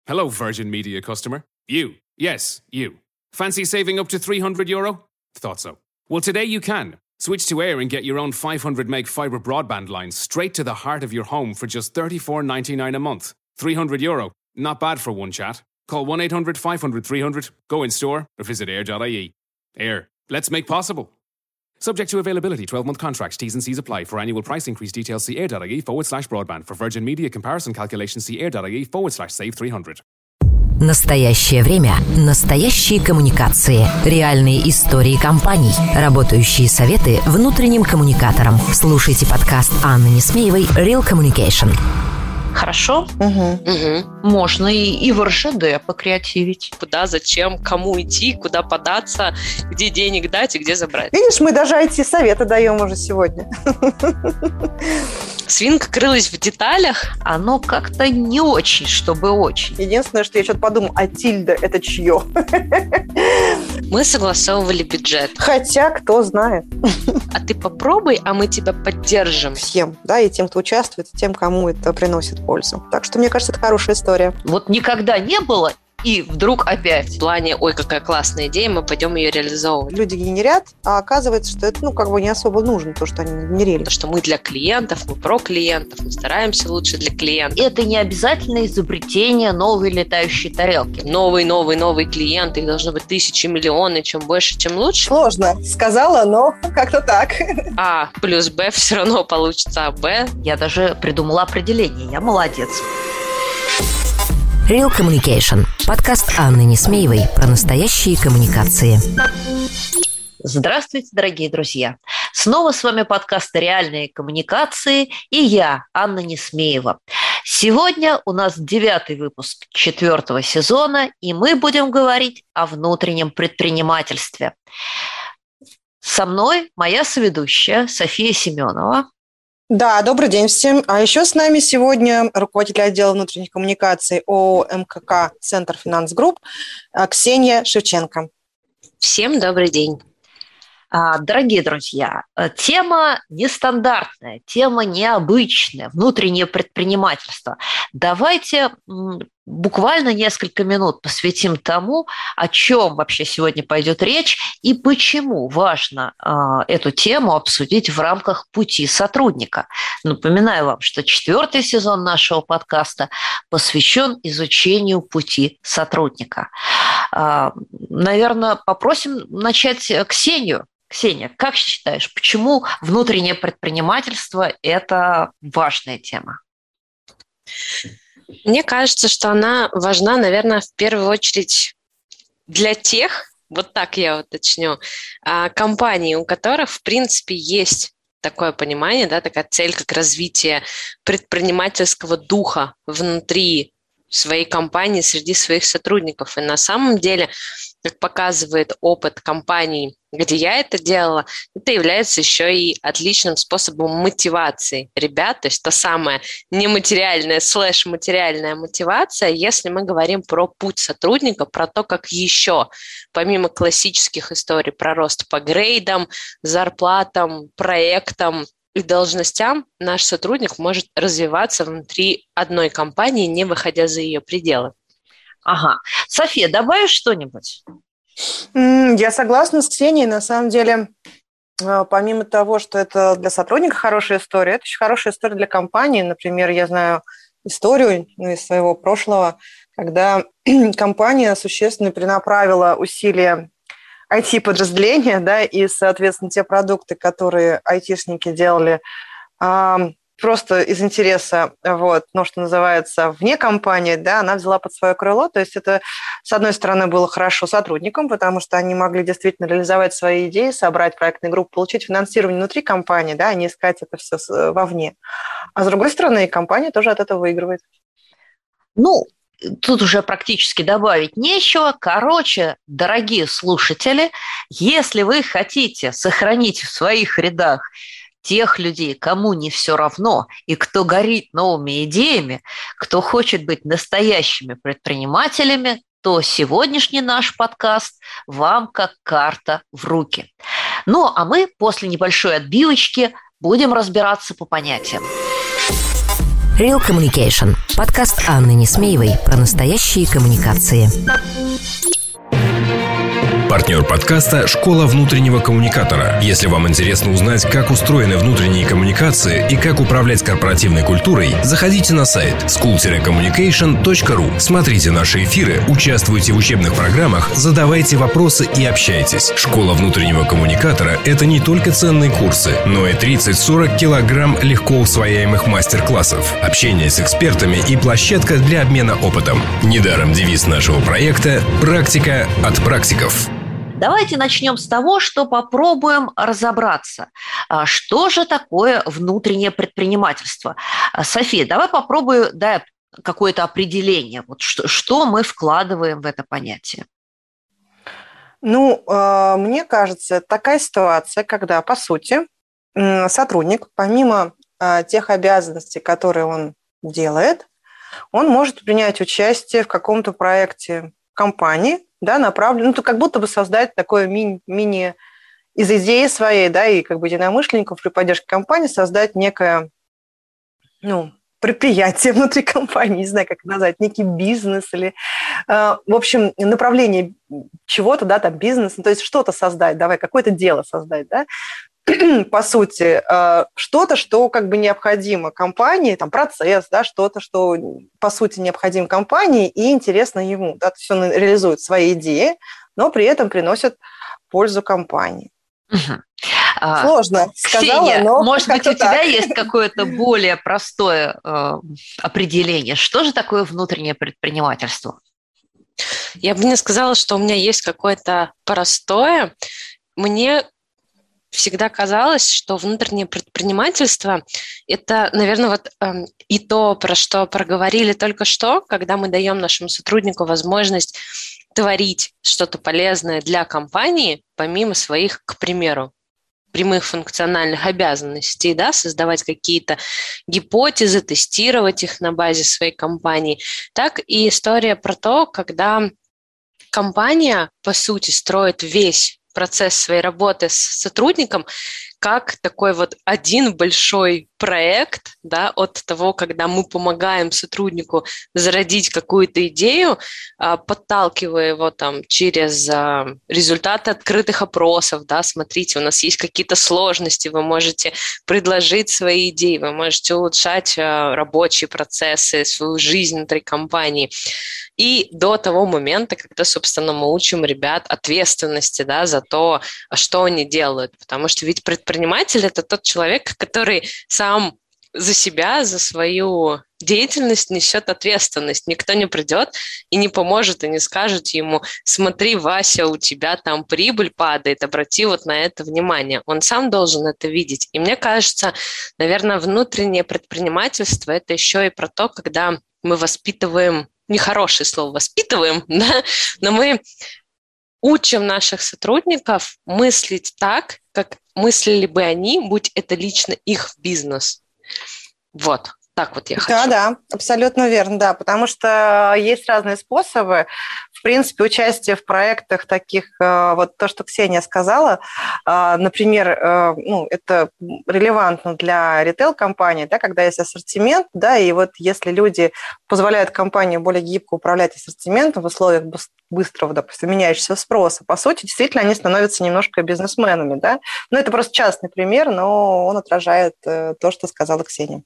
Hello, Virgin Media customer. You. Yes, you. Fancy saving up to €300? Thought so. Well, today you can. Switch to Air and get your own 500 meg fibre broadband line straight to the heart of your home for just €34.99 a month. €300. Not bad for one chat. Call 1-800-500-300, go in store, or visit air.ie. Air. Let's make possible. Subject to availability, 12-month contracts, T's and C's apply. For annual price increase details, see air.ie/broadband. For Virgin Media comparison calculations, see air.ie/save300. Настоящее время. Настоящие коммуникации. Реальные истории компаний. Работающие советы внутренним коммуникаторам. Слушайте подкаст Анны Несмеевой «Real Communication». Хорошо. Можно и в РЖД покреативить. Куда, зачем, кому идти, куда податься, где денег дать и где забрать. Видишь, мы даже IT-советы даем уже сегодня. Свинка крылась в деталях. Оно как-то не очень, чтобы очень. Единственное, что я что-то подумала, а тильда – это чье? Мы согласовывали бюджет. Хотя, кто знает. А ты попробуй, а мы тебя поддержим. Всем, да, и тем, кто участвует, и тем, кому это приносит пользу. Так что, мне кажется, это хорошая история. Вот никогда не было, и вдруг опять. В плане, ой, какая классная идея, мы пойдем ее реализовывать. Люди генерят, а оказывается, что это, не особо нужно, то, что они генерили. Потому что мы для клиентов, мы про клиентов, мы стараемся лучше для клиентов. Это не обязательно изобретение новой летающей тарелки. Новый клиент, их должно быть тысячи, миллионы, чем больше, тем лучше. Сложно, сказала, но как-то так. А плюс Б все равно получится А, Б. Я даже придумала определение, я молодец. Real Communication. Подкаст Анны Несмеевой про настоящие коммуникации. Здравствуйте, дорогие друзья. Снова с вами подкаст «Реальные коммуникации» и я, Анна Несмеева. Сегодня у нас 9-й выпуск 4-го сезона, и мы будем говорить о внутреннем предпринимательстве. Со мной моя соведущая София Семенова. Да, добрый день всем. А еще с нами сегодня руководитель отдела внутренних коммуникаций ООО МКК «Центр Финанс Групп» Ксения Шевченко. Всем добрый день. Дорогие друзья, тема нестандартная, тема необычная, внутреннее предпринимательство. Давайте буквально несколько минут посвятим тому, о чем вообще сегодня пойдет речь и почему важно эту тему обсудить в рамках пути сотрудника. Напоминаю вам, что 4-й сезон нашего подкаста посвящен изучению пути сотрудника. Наверное, попросим начать Ксению. Ксения, как считаешь, почему внутреннее предпринимательство – это важная тема? Мне кажется, что она важна, наверное, в первую очередь для тех, вот так я уточню, компаний, у которых, в принципе, есть такое понимание, да, такая цель, как развитие предпринимательского духа внутри своей компании, среди своих сотрудников. И на самом деле, как показывает опыт компаний, где я это делала, это является еще и отличным способом мотивации ребят, то есть та самая нематериальная /материальная мотивация, если мы говорим про путь сотрудника, про то, как еще, помимо классических историй про рост по грейдам, зарплатам, проектам и должностям, наш сотрудник может развиваться внутри одной компании, не выходя за ее пределы. Ага. София, добавишь что-нибудь? Я согласна с Ксенией. На самом деле, помимо того, что это для сотрудника хорошая история, это еще хорошая история для компании. Например, я знаю историю из своего прошлого, когда компания существенно перенаправила усилия IT-подразделения, да, и, соответственно, те продукты, которые айтишники делали, просто из интереса, что называется, вне компании, да, она взяла под свое крыло. То есть это, с одной стороны, было хорошо сотрудникам, потому что они могли действительно реализовать свои идеи, собрать проектные группы, получить финансирование внутри компании, да, а не искать это все вовне. А с другой стороны, и компания тоже от этого выигрывает. Тут уже практически добавить нечего. Короче, дорогие слушатели, если вы хотите сохранить в своих рядах тех людей, кому не все равно, и кто горит новыми идеями, кто хочет быть настоящими предпринимателями, то сегодняшний наш подкаст вам как карта в руки. А мы после небольшой отбивочки будем разбираться по понятиям. Real Communication. Подкаст Анны Несмеевой про настоящие коммуникации. Партнер подкаста «Школа внутреннего коммуникатора». Если вам интересно узнать, как устроены внутренние коммуникации и как управлять корпоративной культурой, заходите на сайт school-communication.ru. Смотрите наши эфиры, участвуйте в учебных программах, задавайте вопросы и общайтесь. «Школа внутреннего коммуникатора» — это не только ценные курсы, но и 30-40 килограмм легко усвояемых мастер-классов, общение с экспертами и площадка для обмена опытом. Недаром девиз нашего проекта «Практика от практиков». Давайте начнем с того, что попробуем разобраться. Что же такое внутреннее предпринимательство? София, давай попробую, дай какое-то определение. Вот что мы вкладываем в это понятие? Мне кажется, это такая ситуация, когда, по сути, сотрудник, помимо тех обязанностей, которые он делает, он может принять участие в каком-то проекте компании, да, направлен, как будто бы создать такое мини из идеи своей, да, и как бы единомышленников при поддержке компании создать некое, предприятие внутри компании, не знаю, как это назвать, некий бизнес или, в общем, направление чего-то, да, там, бизнес, то есть что-то создать, давай, какое-то дело создать, да, по сути, что-то, что как бы необходимо компании, там, процесс, да, что-то, что, по сути, необходимо компании и интересно ему, да, то есть он реализует свои идеи, но при этом приносит пользу компании. Сложно сказала, Ксения, но может быть, у тебя так. есть какое-то более простое определение? Что же такое внутреннее предпринимательство? Я бы не сказала, что у меня есть какое-то простое. Мне всегда казалось, что внутреннее предпринимательство – это, наверное, и то, про что проговорили только что, когда мы даем нашему сотруднику возможность творить что-то полезное для компании, помимо своих, к примеру, прямых функциональных обязанностей, да, создавать какие-то гипотезы, тестировать их на базе своей компании. Так и история про то, когда компания, по сути, строит весь процесс своей работы с сотрудником как такой вот один большой проект, да, от того, когда мы помогаем сотруднику зародить какую-то идею, подталкивая его там через результаты открытых опросов, да, смотрите, у нас есть какие-то сложности, вы можете предложить свои идеи, вы можете улучшать рабочие процессы, свою жизнь внутри компании. И до того момента, когда, собственно, мы учим ребят ответственности, да, за то, что они делают. Потому что ведь предприниматель – это тот человек, который сам за себя, за свою деятельность несет ответственность. Никто не придет и не поможет, и не скажет ему: смотри, Вася, у тебя там прибыль падает, обрати вот на это внимание. Он сам должен это видеть. И мне кажется, наверное, внутреннее предпринимательство – это еще и про то, когда мы воспитываем, нехорошее слово воспитываем, да, но мы учим наших сотрудников мыслить так, как мыслили бы они, будь это лично их бизнес. Вот, так вот я хочу. Да, абсолютно верно, да, потому что есть разные способы. В принципе, участие в проектах таких, вот то, что Ксения сказала, например, это релевантно для ритейл-компаний, да, когда есть ассортимент, да, и вот если люди позволяют компании более гибко управлять ассортиментом в условиях быстрого, допустим, меняющегося спроса, по сути, действительно, они становятся немножко бизнесменами, да. Это просто частный пример, но он отражает то, что сказала Ксения.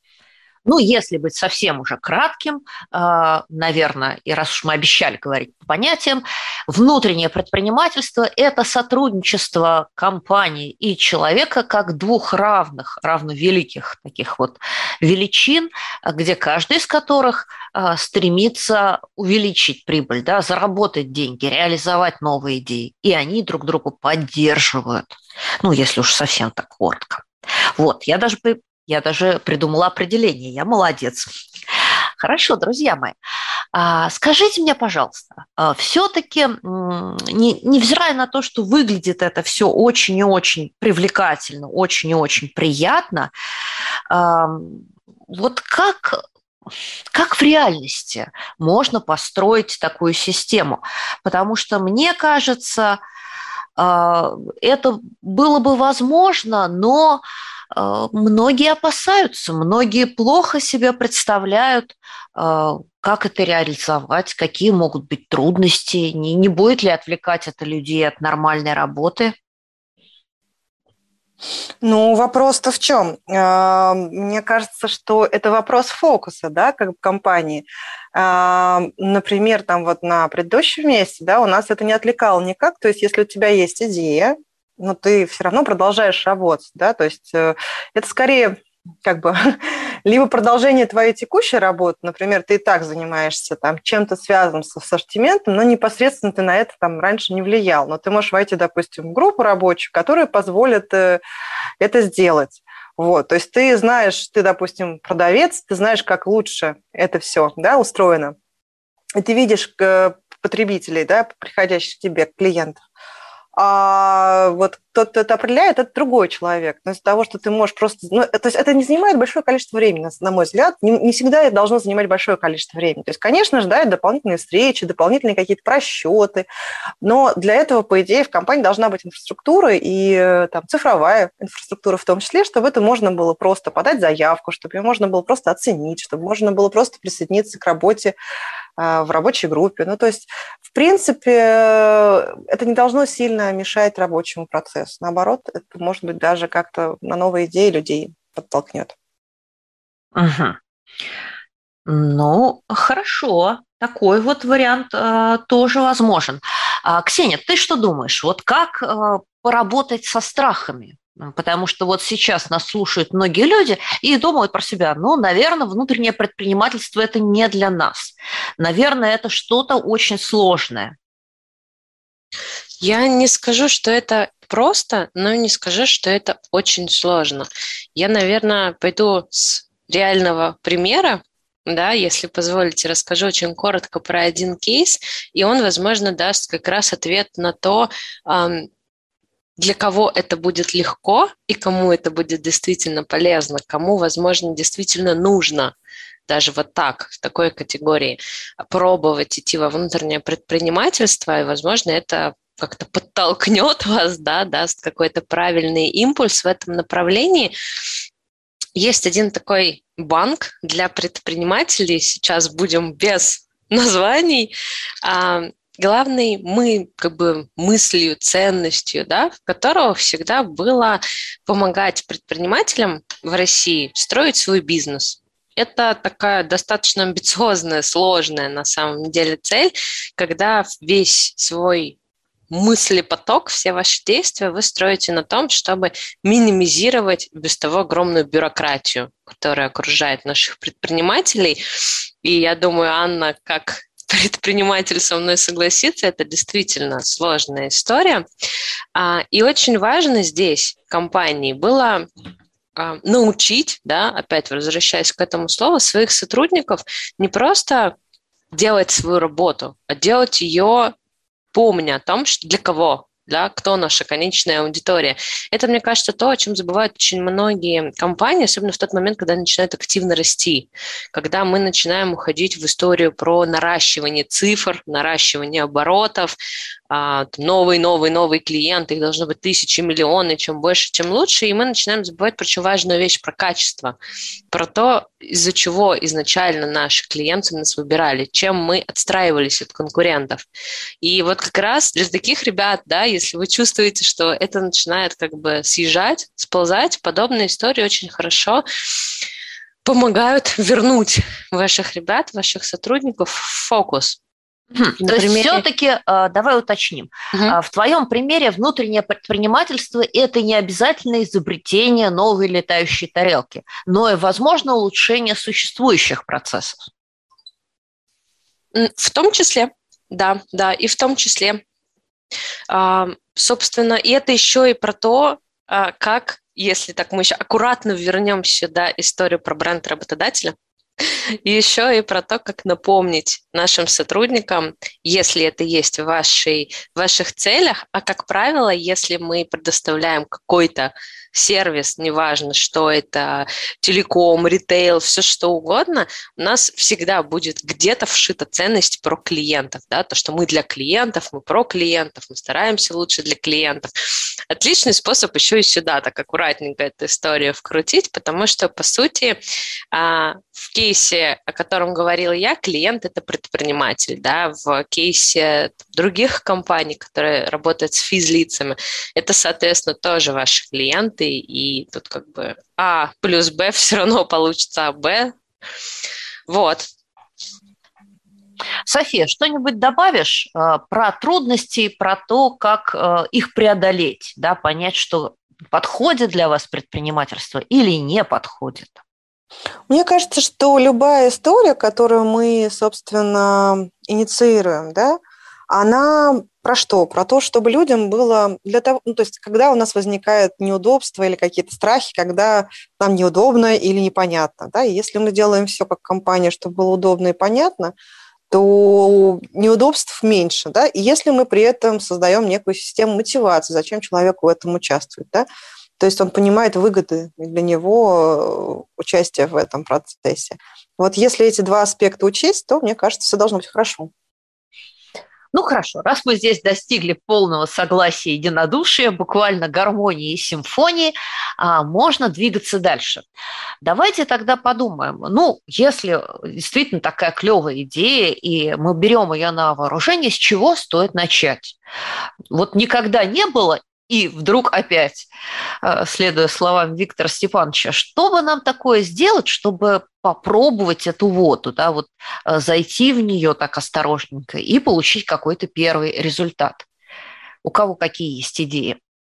Если быть совсем уже кратким, наверное, и раз уж мы обещали говорить по понятиям, внутреннее предпринимательство – это сотрудничество компании и человека как двух равновеликих таких вот величин, где каждый из которых стремится увеличить прибыль, да, заработать деньги, реализовать новые идеи. И они друг друга поддерживают, если уж совсем так коротко. Я даже придумала определение. Я молодец. Хорошо, друзья мои. Скажите мне, пожалуйста, все-таки, невзирая на то, что выглядит это все очень и очень привлекательно, очень и очень приятно, вот как в реальности можно построить такую систему? Потому что, мне кажется, это было бы возможно, но многие опасаются, многие плохо себе представляют, как это реализовать, какие могут быть трудности, не будет ли отвлекать это людей от нормальной работы. Ну, вопрос-то в чем? Мне кажется, что это вопрос фокуса, да, как в компании. Например, там вот на предыдущем месте, да, у нас это не отвлекало никак. То есть, если у тебя есть идея, но ты все равно продолжаешь работать, да, то есть это скорее как бы либо продолжение твоей текущей работы, например, ты и так занимаешься там чем-то связанным с ассортиментом, но непосредственно ты на это там раньше не влиял, но ты можешь войти, допустим, в группу рабочую, которая позволит это сделать. Вот, то есть ты знаешь, ты, допустим, продавец, ты знаешь, как лучше это все, да, устроено, и ты видишь потребителей, да, приходящих к тебе, клиентов. А вот тот, кто это определяет, это другой человек. Но из-за того, что ты можешь просто... Ну, то есть это не занимает большое количество времени, на мой взгляд. Не всегда это должно занимать большое количество времени. То есть, конечно же, да, это дополнительные встречи, дополнительные какие-то просчеты. Но для этого, по идее, в компании должна быть инфраструктура и там, цифровая инфраструктура в том числе, чтобы это можно было просто подать заявку, чтобы ее можно было просто оценить, чтобы можно было просто присоединиться к работе в рабочей группе. Ну, то есть, в принципе, это не должно сильно мешать рабочему процессу. Наоборот, это, может быть, даже как-то на новые идеи людей подтолкнет. Угу. Ну, хорошо. Такой вот вариант тоже возможен. Ксения, ты что думаешь? Вот как поработать со страхами? Потому что вот сейчас нас слушают многие люди и думают про себя, ну, наверное, внутреннее предпринимательство – это не для нас. Наверное, это что-то очень сложное. Я не скажу, что это просто, но не скажу, что это очень сложно. Я, наверное, пойду с реального примера. Да, если позволите, расскажу очень коротко про один кейс, и он, возможно, даст как раз ответ на то, для кого это будет легко и кому это будет действительно полезно, кому, возможно, действительно нужно даже вот так, в такой категории, пробовать идти во внутреннее предпринимательство, и, возможно, это как-то подтолкнет вас, да, даст какой-то правильный импульс в этом направлении. Есть один такой банк для предпринимателей, сейчас будем без названий. Главной мы как бы мыслью, ценностью, да, в которого всегда было помогать предпринимателям в России строить свой бизнес. Это такая достаточно амбициозная, сложная на самом деле цель, когда весь свой мыслепоток, все ваши действия вы строите на том, чтобы минимизировать без того огромную бюрократию, которая окружает наших предпринимателей. И я думаю, Анна, как предприниматель со мной согласится, это действительно сложная история. И очень важно здесь компании было научить, да, опять возвращаясь к этому слову, своих сотрудников не просто делать свою работу, а делать ее, помня о том, что для кого, да, кто наша конечная аудитория. Это, мне кажется, то, о чем забывают очень многие компании, особенно в тот момент, когда они начинают активно расти, когда мы начинаем уходить в историю про наращивание цифр, наращивание оборотов, новый клиент, их должно быть тысячи, миллионы, чем больше, тем лучше, и мы начинаем забывать про очень важную вещь, про качество, про то, из-за чего изначально наши клиенты нас выбирали, чем мы отстраивались от конкурентов. И вот как раз для таких ребят, да, если вы чувствуете, что это начинает как бы съезжать, сползать, подобные истории очень хорошо помогают вернуть ваших ребят, ваших сотрудников в фокус. То есть все-таки, давай уточним, в твоем примере внутреннее предпринимательство – это не обязательно изобретение новой летающей тарелки, но и, возможно, улучшение существующих процессов. В том числе, да, и в том числе. Собственно, и это еще и про то, как, если так мы еще аккуратно вернемся, да, историю про бренд работодателя, и еще и про то, как напомнить нашим сотрудникам, если это есть в ваших целях, а, как правило, если мы предоставляем какой-то сервис, неважно, что это, телеком, ритейл, все что угодно, у нас всегда будет где-то вшита ценность про клиентов, да, то, что мы для клиентов, мы про клиентов, мы стараемся лучше для клиентов. Отличный способ еще и сюда так аккуратненько эту историю вкрутить, потому что, по сути, в кейсе, о котором говорила я, клиент – это предприниматель, да, в кейсе других компаний, которые работают с физлицами, это, соответственно, тоже ваши клиенты, и тут как бы А плюс Б все равно получится АБ. Вот. София, что-нибудь добавишь про трудности, про то, как их преодолеть, да, понять, что подходит для вас предпринимательство или не подходит? Мне кажется, что любая история, которую мы, собственно, инициируем, да, она про что? Про то, чтобы людям было для того, ну, то есть, когда у нас возникает неудобство или какие-то страхи, когда нам неудобно или непонятно, да, и если мы делаем все как компания, чтобы было удобно и понятно, то неудобств меньше, да, и если мы при этом создаем некую систему мотивации, зачем человеку в этом участвовать, да, то есть он понимает выгоды для него участия в этом процессе. Вот если эти два аспекта учесть, то, мне кажется, все должно быть хорошо. Ну хорошо, раз мы здесь достигли полного согласия и единодушия, буквально гармонии и симфонии, можно двигаться дальше. Давайте тогда подумаем, ну, если действительно такая клевая идея, и мы берем ее на вооружение, с чего стоит начать? Вот никогда не было, и вдруг опять, следуя словам Виктора Степановича, что бы нам такое сделать, чтобы попробовать эту воду, да, вот зайти в нее так осторожненько и получить какой-то первый результат? У кого какие есть идеи?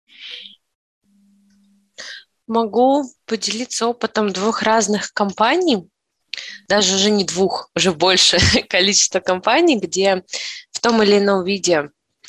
Могу поделиться опытом двух разных компаний, даже уже не двух, уже больше количество компаний, где в том или ином виде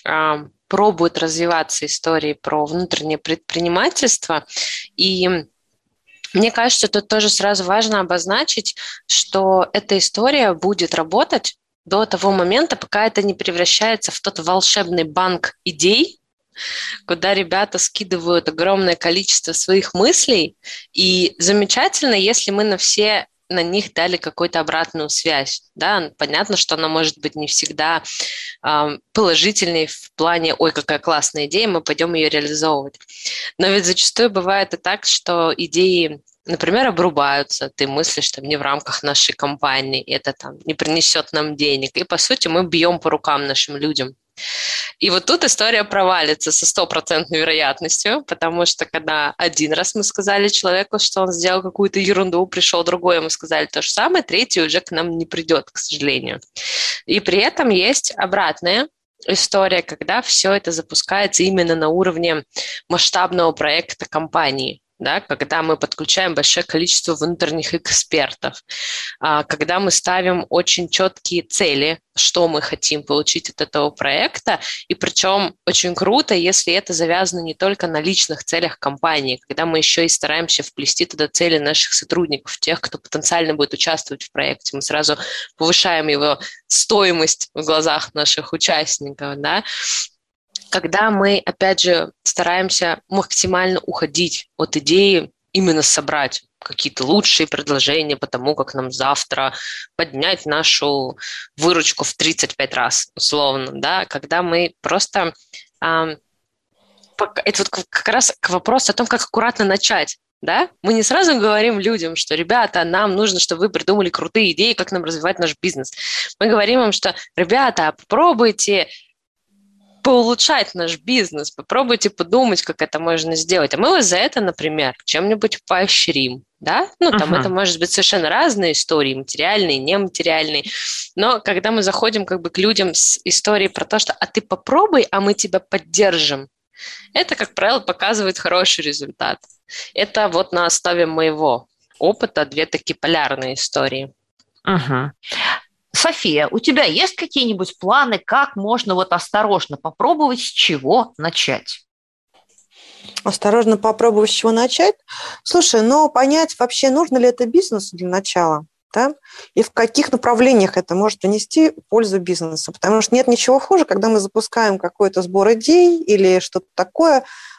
пробуют развиваться истории про внутреннее предпринимательство. И мне кажется, тут тоже сразу важно обозначить, что эта история будет работать до того момента, пока это не превращается в тот волшебный банк идей, куда ребята скидывают огромное количество своих мыслей. И замечательно, если мы на них дали какую-то обратную связь. Да? Понятно, что она может быть не всегда положительной в плане «Ой, какая классная идея, мы пойдем ее реализовывать». Но ведь зачастую бывает и так, что идеи, например, обрубаются, ты мыслишь там не в рамках нашей компании, это там не принесет нам денег, и по сути мы бьем по рукам нашим людям. И вот тут история провалится со 100% вероятностью, потому что когда один раз мы сказали человеку, что он сделал какую-то ерунду, пришел другой, ему сказали то же самое, третий уже к нам не придет, к сожалению. И при этом есть обратная история, когда все это запускается именно на уровне масштабного проекта компании. Да, когда мы подключаем большое количество внутренних экспертов, когда мы ставим очень четкие цели, что мы хотим получить от этого проекта, и причем очень круто, если это завязано не только на личных целях компании, когда мы еще и стараемся вплести туда цели наших сотрудников, тех, кто потенциально будет участвовать в проекте, мы сразу повышаем его стоимость в глазах наших участников, да. Когда мы, опять же, стараемся максимально уходить от идеи именно собрать какие-то лучшие предложения по тому, как нам завтра поднять нашу выручку в 35 раз, условно, да, когда мы просто... это вот как раз к вопросу о том, как аккуратно начать. Да? Мы не сразу говорим людям, что, ребята, нам нужно, чтобы вы придумали крутые идеи, как нам развивать наш бизнес. Мы говорим им, что, ребята, попробуйте поулучшать наш бизнес, попробуйте подумать, как это можно сделать. А мы вас за это, например, чем-нибудь поощрим. Да? Ну, там это может быть совершенно разные истории, материальные, нематериальные. Но когда мы заходим как бы к людям с историей про то, что «а ты попробуй, а мы тебя поддержим», это, как правило, показывает хороший результат. Это вот на основе моего опыта две такие полярные истории. София, у тебя есть какие-нибудь планы, как можно вот осторожно попробовать, с чего начать? Осторожно попробовать, с чего начать? Слушай, но понять вообще, нужно ли это бизнесу для начала, да? И в каких направлениях это может принести пользу бизнесу. Потому что нет ничего хуже, когда мы запускаем какой-то сбор идей или что-то такое,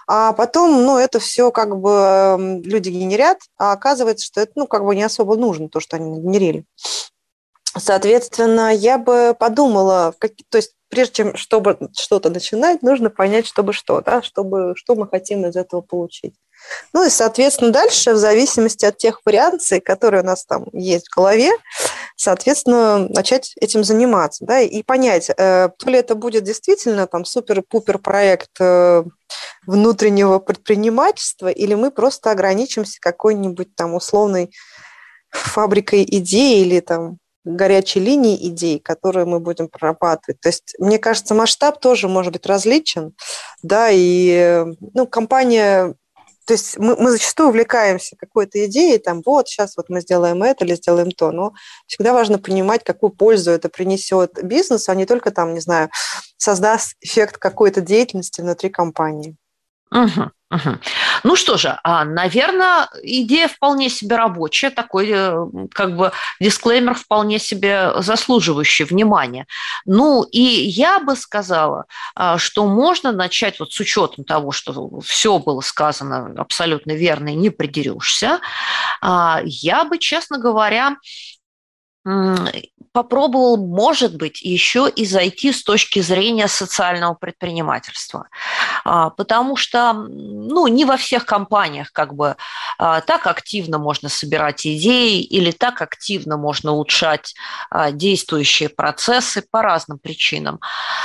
а потом, это все как бы люди генерят, а оказывается, что это, как бы не особо нужно, то, что они генерили. Соответственно, я бы подумала, то есть прежде чем чтобы что-то начинать, нужно понять, что мы хотим из этого получить. И, соответственно, дальше, в зависимости от тех вариаций, которые у нас там есть в голове, соответственно, начать этим заниматься, да, и понять, то ли это будет действительно там супер-пупер проект внутреннего предпринимательства, или мы просто ограничимся какой-нибудь там условной фабрикой идей или там горячей линии идей, которые мы будем прорабатывать. То есть, мне кажется, масштаб тоже может быть различен, да, и, компания... То есть мы зачастую увлекаемся какой-то идеей, там, сейчас мы сделаем это или сделаем то, но всегда важно понимать, какую пользу это принесет бизнесу, а не только там, не знаю, создаст эффект какой-то деятельности внутри компании. Угу. Ну что же, наверное, идея вполне себе рабочая, такой как бы дисклеймер вполне себе заслуживающий внимания. И я бы сказала, что можно начать с учетом того, что все было сказано абсолютно верно и не придерешься. Я бы, честно говоря, попробовал, может быть, еще и зайти с точки зрения социального предпринимательства. Потому что, не во всех компаниях так активно можно собирать идеи или так активно можно улучшать действующие процессы по разным причинам.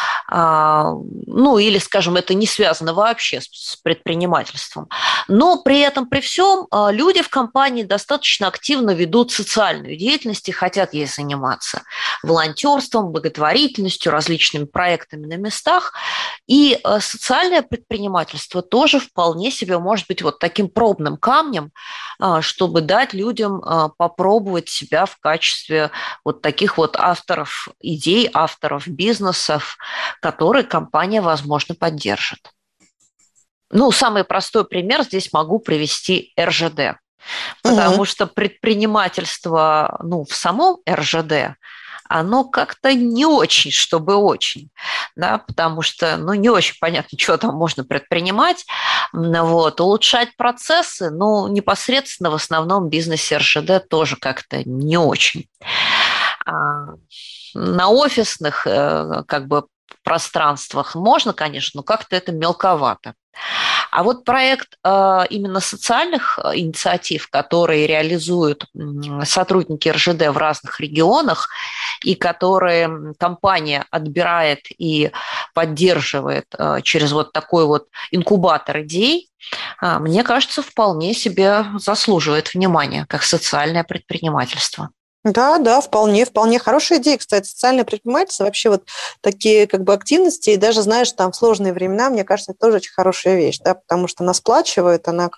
Или, скажем, это не связано вообще с предпринимательством. Но при этом, при всем, люди в компании достаточно активно ведут социальную деятельность и хотят ей заниматься волонтерством, благотворительностью, различными проектами на местах. И социальное предпринимательство тоже вполне себе может быть таким пробным камнем, чтобы дать людям попробовать себя в качестве таких авторов идей, авторов бизнесов, которые компания, возможно, поддержит. Самый простой пример здесь могу привести РЖД. Потому что предпринимательство, в самом РЖД, оно как-то не очень, чтобы очень, да, потому что, не очень понятно, что там можно предпринимать, улучшать процессы, непосредственно в основном бизнесе РЖД тоже как-то не очень. На офисных, пространствах можно, конечно, но как-то это мелковато. А проект именно социальных инициатив, которые реализуют сотрудники РЖД в разных регионах и которые компания отбирает и поддерживает через такой инкубатор идей, мне кажется, вполне себе заслуживает внимания как социальное предпринимательство. Да, вполне хорошая идея, кстати, социальное предпринимательство, вообще такие активности, и даже, знаешь, там в сложные времена, мне кажется, это тоже очень хорошая вещь, да, потому что она сплачивает, она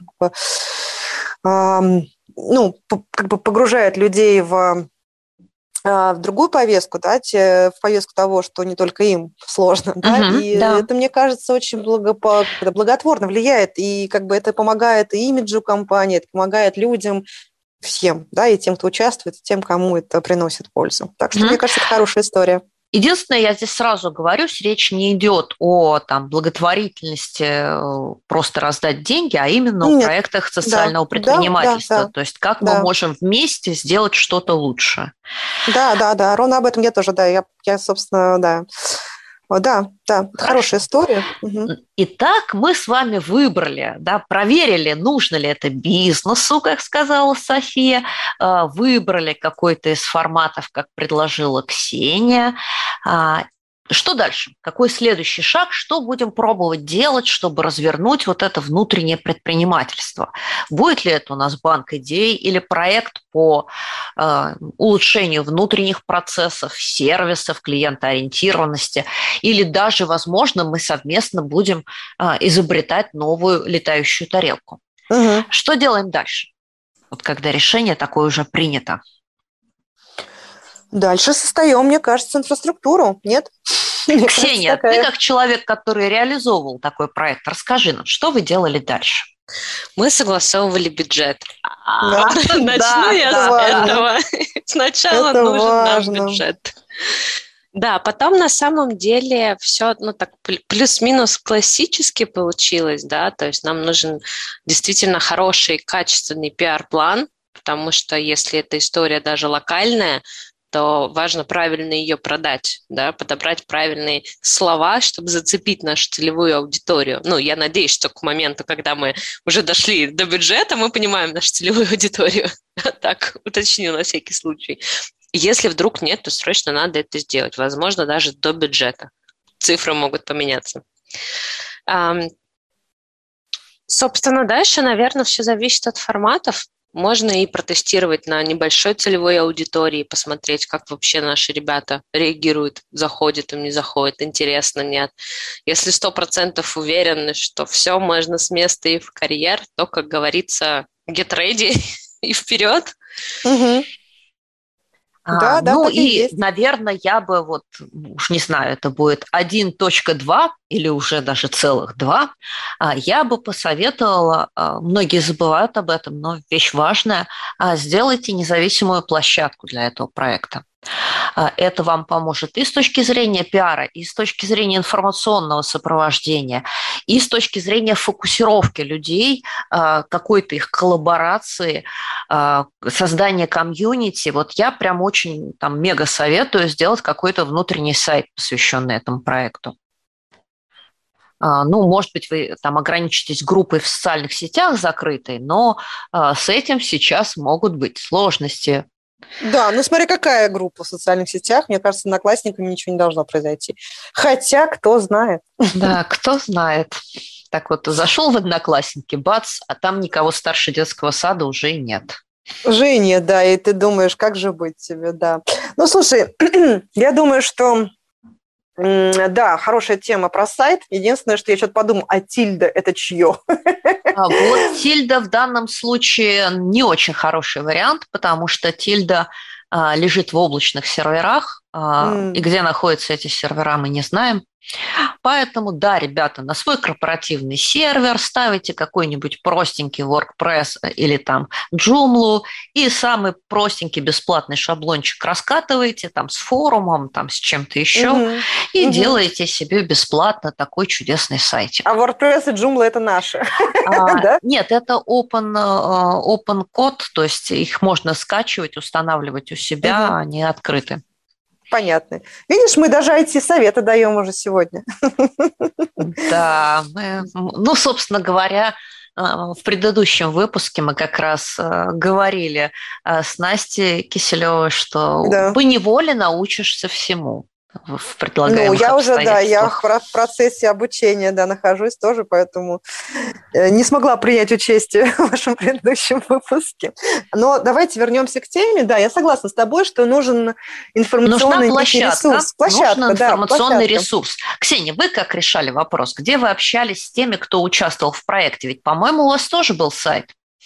погружает людей в другую повестку, да, в повестку того, что не только им сложно, да, это, мне кажется, очень благотворно влияет, и это помогает и имиджу компании, это помогает людям, всем, да, и тем, кто участвует, и тем, кому это приносит пользу. Так что, мне кажется, это хорошая история. Единственное, я здесь сразу говорю, речь не идет о благотворительности, просто раздать деньги, а именно о проектах социального предпринимательства. То есть как мы можем вместе сделать что-то лучше. Да, ровно об этом я тоже, я собственно, Да, хорошая история. Итак, мы с вами выбрали, проверили, нужно ли это бизнесу, как сказала София, выбрали какой-то из форматов, как предложила Ксения. Что дальше? Какой следующий шаг? Что будем пробовать делать, чтобы развернуть это внутреннее предпринимательство? Будет ли это у нас банк идей или проект по улучшению внутренних процессов, сервисов, клиентоориентированности? Или даже, возможно, мы совместно будем изобретать новую летающую тарелку? Что делаем дальше? Когда решение такое уже принято. Дальше создаем, мне кажется, инфраструктуру, нет? Ксения, ты как человек, который реализовывал такой проект, расскажи нам, что вы делали дальше? Мы согласовывали бюджет. Начну я с этого. Сначала нужен наш бюджет. Да, потом на самом деле все, так плюс-минус классически получилось, да, то есть нам нужен действительно хороший, качественный пиар-план, потому что если эта история даже локальная, то важно правильно ее продать, да, подобрать правильные слова, чтобы зацепить нашу целевую аудиторию. Я надеюсь, что к моменту, когда мы уже дошли до бюджета, мы понимаем нашу целевую аудиторию. Так, уточню на всякий случай. Если вдруг нет, то срочно надо это сделать. Возможно, даже до бюджета. Цифры могут поменяться. Собственно, дальше, наверное, все зависит от форматов. Можно и протестировать на небольшой целевой аудитории, посмотреть, как вообще наши ребята реагируют, заходят им, не заходят, интересно, нет. Если 100% уверены, что все, можно с места и в карьер, то, как говорится, get ready и вперед. Угу. Да, наверное, я бы уж не знаю, это будет 1.2 или уже даже целых 2, я бы посоветовала, многие забывают об этом, но вещь важная, сделайте независимую площадку для этого проекта. Это вам поможет и с точки зрения пиара, и с точки зрения информационного сопровождения, и с точки зрения фокусировки людей, какой-то их коллаборации, создания комьюнити. Я прям очень мега советую сделать какой-то внутренний сайт, посвященный этому проекту. Может быть, вы ограничитесь группой в социальных сетях закрытой, но с этим сейчас могут быть сложности. Да, смотри, какая группа в социальных сетях. Мне кажется, с одноклассниками ничего не должно произойти. Хотя, кто знает. Да, кто знает. Так зашел в Одноклассники, бац, а там никого старше детского сада уже и нет. Уже и нет, да, и ты думаешь, как же быть тебе, да. Слушай, я думаю, что да, хорошая тема про сайт. Единственное, что я что-то подумала, а тильда это чье? Тильда в данном случае не очень хороший вариант, потому что тильда лежит в облачных серверах, и где находятся эти сервера, мы не знаем. Поэтому, да, ребята, на свой корпоративный сервер ставите какой-нибудь простенький WordPress или Joomla и самый простенький бесплатный шаблончик раскатываете с форумом, с чем-то еще, и делаете себе бесплатно такой чудесный сайтик. А WordPress и Joomla – это наши? Нет, это open код, то есть их можно скачивать, устанавливать у себя, они открыты. Понятно. Видишь, мы даже IT-советы даем уже сегодня. Да, собственно говоря, в предыдущем выпуске мы как раз говорили с Настей Киселевой, что поневоле научишься всему в предлагаемых обстоятельствах. Я в процессе обучения, нахожусь тоже, поэтому не смогла принять участие в вашем предыдущем выпуске. Но давайте вернемся к теме. Да, я согласна с тобой, что нужен информационный ресурс. Нужен информационный ресурс. Ксения, вы как решали вопрос? Где вы общались с теми, кто участвовал в проекте? Ведь, по-моему, у вас тоже был сайт.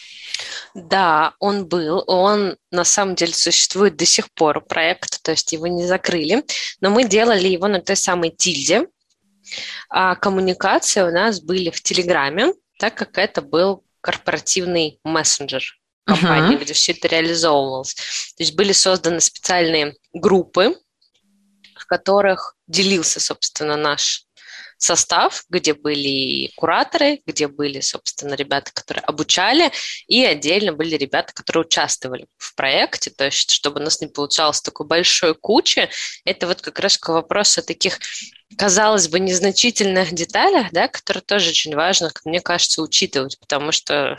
Да, он был. Он, на самом деле, существует до сих пор, проект, то есть его не закрыли. Но мы делали его на той самой тильде. А коммуникации у нас были в Телеграме, так как это был корпоративный мессенджер компании, где все это реализовывалось. То есть были созданы специальные группы, в которых делился, собственно, наш состав, где были кураторы, где были, собственно, ребята, которые обучали, и отдельно были ребята, которые участвовали в проекте, то есть чтобы у нас не получалось такой большой кучи. Это как раз к вопросу о таких, казалось бы, незначительных деталях, да, которые тоже очень важно, как мне кажется, учитывать, потому что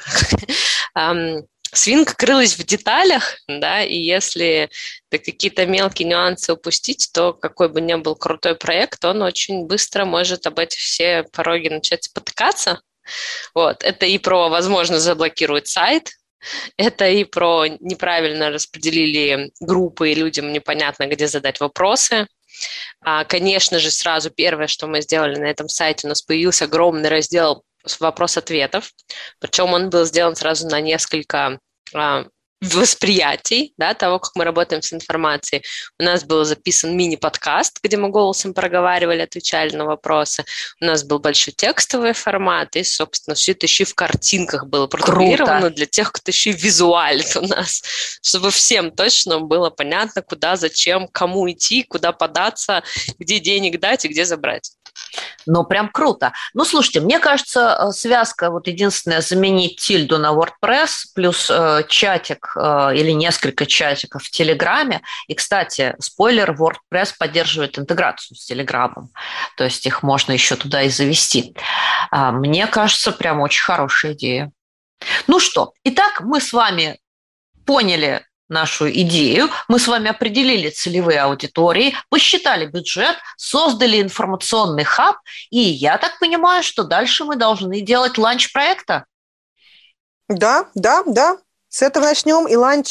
свинка крылась в деталях, да, и если какие-то мелкие нюансы упустить, то какой бы ни был крутой проект, он очень быстро может об эти все пороги начать спотыкаться. Это и про, возможно, заблокировать сайт, это и про неправильно распределили группы, и людям непонятно, где задать вопросы. Конечно же, сразу первое, что мы сделали на этом сайте, у нас появился огромный раздел вопрос-ответов, причем он был сделан сразу на несколько восприятий, да, того, как мы работаем с информацией. У нас был записан мини-подкаст, где мы голосом проговаривали, отвечали на вопросы. У нас был большой текстовый формат, и, собственно, все это еще и в картинках было продублировано для тех, кто еще и визуалит у нас, чтобы всем точно было понятно, куда, зачем, кому идти, куда податься, где денег дать и где забрать. Ну, прям круто. Ну, слушайте, мне кажется, связка, вот единственная, заменить тильду на WordPress плюс чатик или несколько чатиков в Телеграме. И, кстати, спойлер, WordPress поддерживает интеграцию с Телеграмом. То есть их можно еще туда и завести. Мне кажется, прям очень хорошая идея. Ну что, итак, мы с вами поняли нашу идею, мы с вами определили целевые аудитории, посчитали бюджет, создали информационный хаб, и я так понимаю, что дальше мы должны делать ланч проекта. Да. С этого начнем. И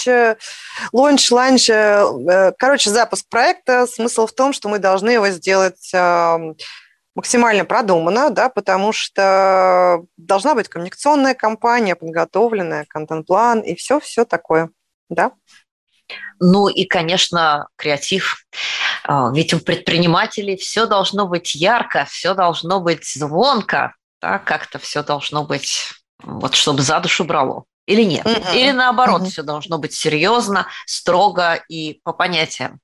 запуск проекта. Смысл в том, что мы должны его сделать максимально продуманно, да, потому что должна быть коммуникационная кампания, подготовленная, контент-план и все такое. Да. Ну и, конечно, креатив. Ведь у предпринимателей все должно быть ярко, все должно быть звонко, да, как-то все должно быть, вот чтобы за душу брало. Или нет? Или наоборот, все должно быть серьезно, строго и по понятиям.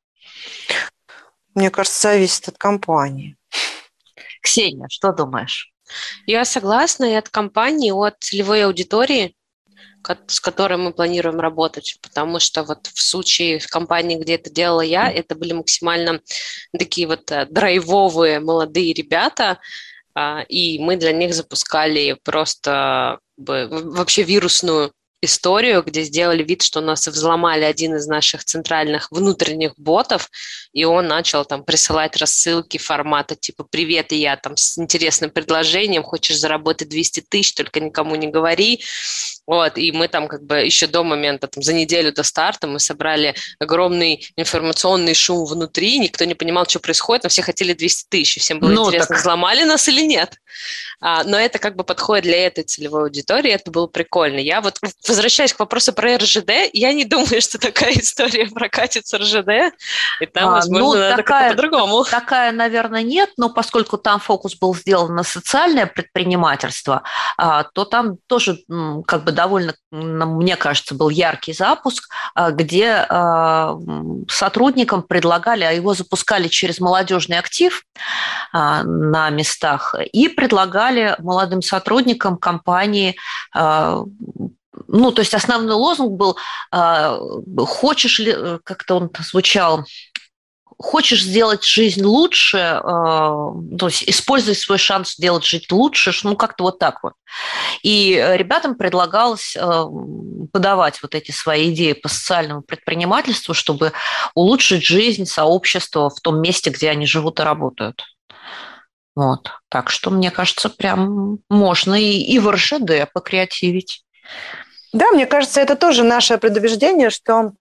Мне кажется, зависит от компании. Ксения, что думаешь? Я согласна и от компании, и от целевой аудитории, с которой мы планируем работать, потому что вот в случае компании, где это делала я, это были максимально такие вот драйвовые молодые ребята, и мы для них запускали просто вообще вирусную историю, где сделали вид, что у нас взломали один из наших центральных внутренних ботов, и он начал там присылать рассылки формата типа «Привет, я там с интересным предложением, хочешь заработать 200 тысяч, только никому не говори». Вот, и мы там как бы еще до момента, там, за неделю до старта мы собрали огромный информационный шум внутри, никто не понимал, что происходит, но все хотели 200 тысяч, всем было интересно, взломали нас или нет. Но это как бы подходит для этой целевой аудитории, это было прикольно. Я вот, возвращаясь к вопросу про РЖД, я не думаю, что такая история прокатит с РЖД, и там, возможно, надо как-то по-другому. Такая, наверное, нет, но поскольку там фокус был сделан на социальное предпринимательство, то там тоже как бы довольно, мне кажется, был яркий запуск, где сотрудникам предлагали, а его запускали через молодежный актив на местах, и предлагали молодым сотрудникам компании, ну, то есть основной лозунг был «Хочешь ли», как-то он звучал, «Хочешь сделать жизнь лучше, то есть используй свой шанс сделать жизнь лучше», ну, как-то вот так вот. И ребятам предлагалось подавать вот эти свои идеи по социальному предпринимательству, чтобы улучшить жизнь сообщества в том месте, где они живут и работают. Вот. Так что, мне кажется, прям можно и в РЖД покреативить. Да, мне кажется, это тоже наше предубеждение, что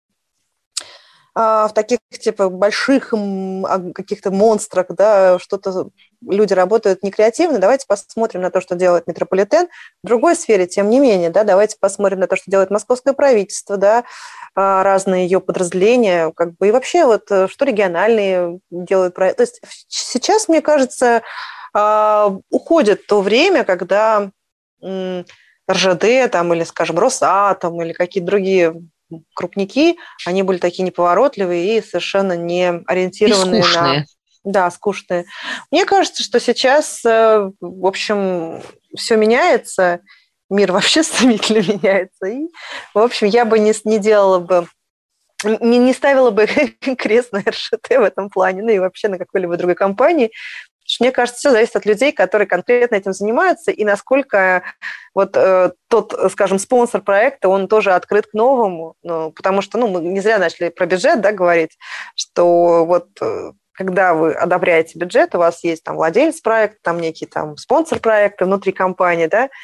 в таких типа больших каких-то монстрах, да, что-то люди работают не креативно. Давайте посмотрим на то, что делает метрополитен. В другой сфере, тем не менее, да, давайте посмотрим на то, что делает московское правительство, да, разные ее подразделения, как бы, и вообще вот что региональные делают. То есть сейчас, мне кажется, уходит то время, когда РЖД там, или, скажем, Росатом или какие-то другие крупники, они были такие неповоротливые и совершенно не ориентированные на... Да, скучные. Мне кажется, что сейчас, в общем, все меняется, мир вообще стремительно меняется. И, в общем, я бы не делала бы, не ставила бы крест на РЖД в этом плане, ну и вообще на какой-либо другой компании. Потому что, мне кажется, все зависит от людей, которые конкретно этим занимаются, и насколько вот тот, скажем, спонсор проекта, он тоже открыт к новому. Ну, потому что, мы не зря начали про бюджет, да, говорить, что вот... Когда вы одобряете бюджет, у вас есть там владелец проекта, там некий там спонсор проекта внутри компании,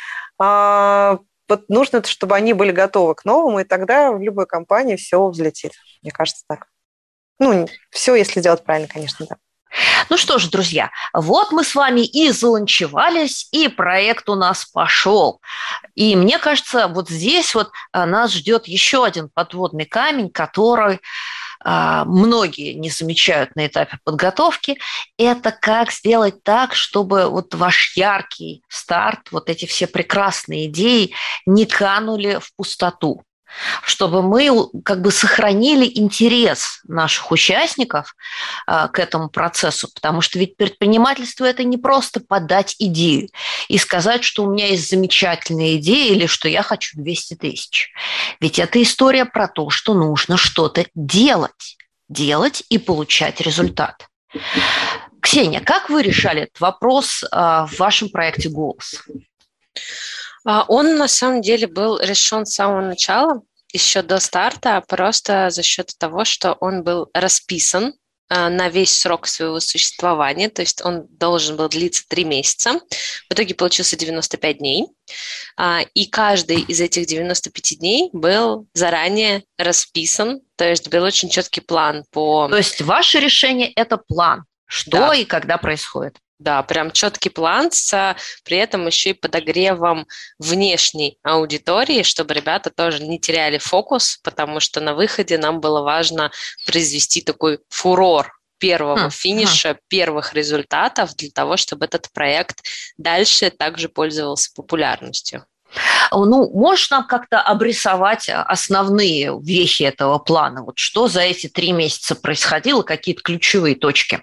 да, вот нужно, чтобы они были готовы к новому, и тогда в любой компании все взлетит. Мне кажется, так. Все, если делать правильно, конечно, да. Ну что ж, друзья, вот мы с вами и заланчевались, и проект у нас пошел. И мне кажется, вот здесь вот нас ждет еще один подводный камень, который многие не замечают на этапе подготовки. Это как сделать так, чтобы вот ваш яркий старт, вот эти все прекрасные идеи не канули в пустоту. Чтобы мы как бы сохранили интерес наших участников к этому процессу, потому что ведь предпринимательство – это не просто подать идею и сказать, что у меня есть замечательная идея или что я хочу 200 тысяч. Ведь это история про то, что нужно что-то делать и получать результат. Ксения, как вы решали этот вопрос в вашем проекте «Голос»? Он на самом деле был решен с самого начала, еще до старта, просто за счет того, что он был расписан на весь срок своего существования, то есть он должен был длиться 3 месяца. В итоге получился 95 дней, и каждый из этих 95 дней был заранее расписан, то есть был очень четкий план по... То есть ваше решение – это план, что и когда происходит. Да, прям четкий план с при этом еще и подогревом внешней аудитории, чтобы ребята тоже не теряли фокус, потому что на выходе нам было важно произвести такой фурор первого финиша, первых результатов для того, чтобы этот проект дальше также пользовался популярностью. Ну, можешь нам как-то обрисовать основные вехи этого плана? Вот что за эти 3 месяца происходило, какие-то ключевые точки?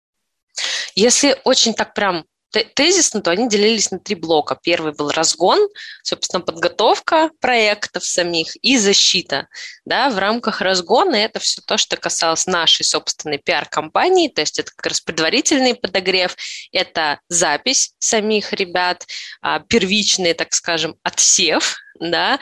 Если очень так прям тезисно, то они делились на 3 блока. Первый был разгон, собственно, подготовка проектов самих и защита. Да, в рамках разгона это все то, что касалось нашей собственной пиар-компании, то есть это как раз предварительный подогрев, это запись самих ребят, первичный, так скажем, отсев, да,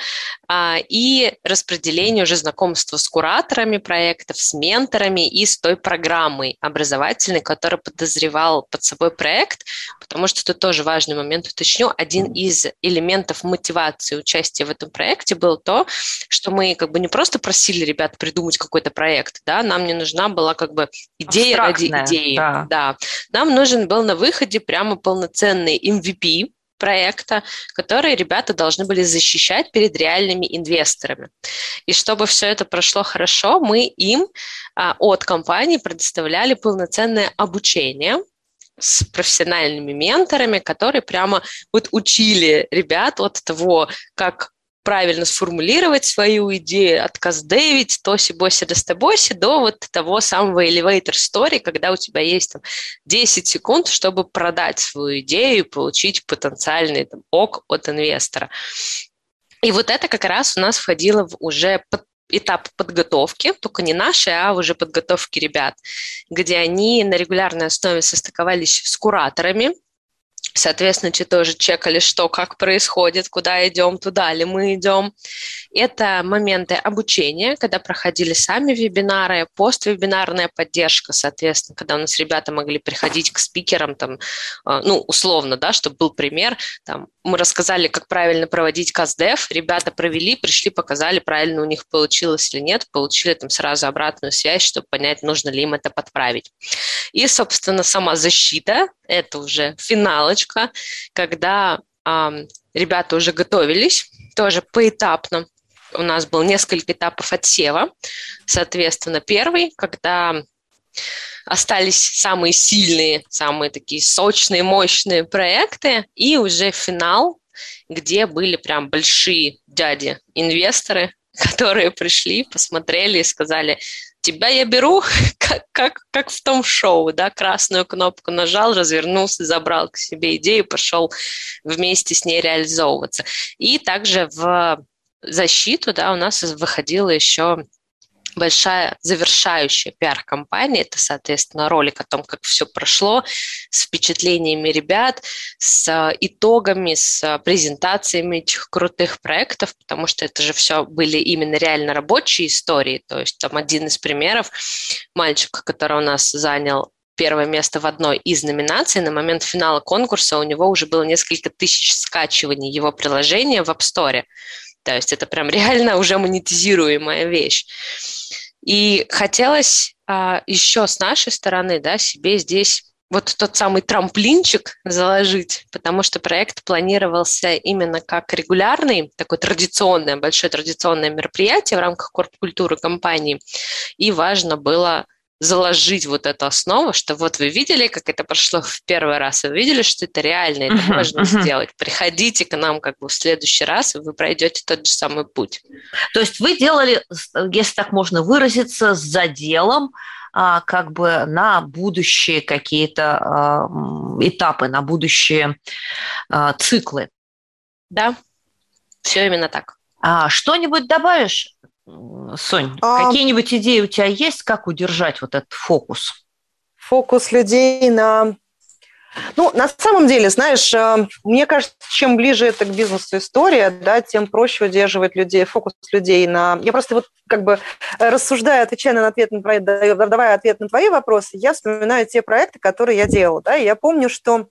и распределение уже знакомства с кураторами проектов, с менторами и с той программой образовательной, которая подозревал под собой проект, потому что это тоже важный момент, уточню. Один из элементов мотивации участия в этом проекте был то, что мы как бы не просто просили ребят придумать какой-то проект, да, нам не нужна была как бы идея ради идеи. Да. Нам нужен был на выходе прямо полноценный MVP проекта, которые ребята должны были защищать перед реальными инвесторами. И чтобы все это прошло хорошо, мы им от компании предоставляли полноценное обучение с профессиональными менторами, которые прямо вот учили ребят от того, как правильно сформулировать свою идею, отказдевить, тоси-боси, достебоси, до вот того самого elevator story, когда у тебя есть там 10 секунд, чтобы продать свою идею и получить потенциальный там, ок от инвестора. И вот это как раз у нас входило в уже этап подготовки, только не нашей, а уже подготовки ребят, где они на регулярной основе состыковались с кураторами, соответственно, тоже чекали, что, как происходит, куда идем, туда ли мы идем. Это моменты обучения, когда проходили сами вебинары, поствебинарная поддержка, соответственно, когда у нас ребята могли приходить к спикерам, там, ну, условно, да, чтобы был пример, там, мы рассказали, как правильно проводить КАЗДЕВ, ребята провели, пришли, показали, правильно у них получилось или нет, получили там сразу обратную связь, чтобы понять, нужно ли им это подправить. И, собственно, сама защита, это уже финалочка, когда ребята уже готовились, тоже поэтапно. У нас было несколько этапов отсева. Соответственно, первый, когда остались самые сильные, самые такие сочные, мощные проекты, и уже финал, где были прям большие дяди-инвесторы, которые пришли, посмотрели и сказали: тебя я беру, как в том шоу, да, красную кнопку нажал, развернулся, забрал к себе идею, пошел вместе с ней реализовываться. И также в защиту, да, у нас выходила еще большая завершающая пиар-компания, это, соответственно, ролик о том, как все прошло, с впечатлениями ребят, с итогами, с презентациями этих крутых проектов, потому что это же все были именно реально рабочие истории, то есть там один из примеров, мальчик, который у нас занял первое место в одной из номинаций, на момент финала конкурса у него уже было несколько тысяч скачиваний его приложения в App Store. То есть это прям реально уже монетизируемая вещь. И хотелось еще с нашей стороны, да, себе здесь вот тот самый трамплинчик заложить, потому что проект планировался именно как регулярный, такое традиционное, большое традиционное мероприятие в рамках корп-культуры компании. И важно было заложить вот эту основу, что вот вы видели, как это прошло в первый раз, вы видели, что это реально, это можно сделать. Приходите к нам как бы в следующий раз, и вы пройдете тот же самый путь. То есть вы делали, если так можно выразиться, с заделом как бы на будущие какие-то этапы, на будущие циклы. Да, все именно так. Что-нибудь добавишь, Сонь? Какие-нибудь идеи у тебя есть, как удержать вот этот фокус? Фокус людей на... Ну, на самом деле, знаешь, мне кажется, чем ближе это к бизнесу история, да, тем проще удерживать людей, фокус людей на... Я просто вот как бы рассуждая, отвечая на ответ на твои, давая ответ на твои вопросы, я вспоминаю те проекты, которые я делала, да, и я помню, что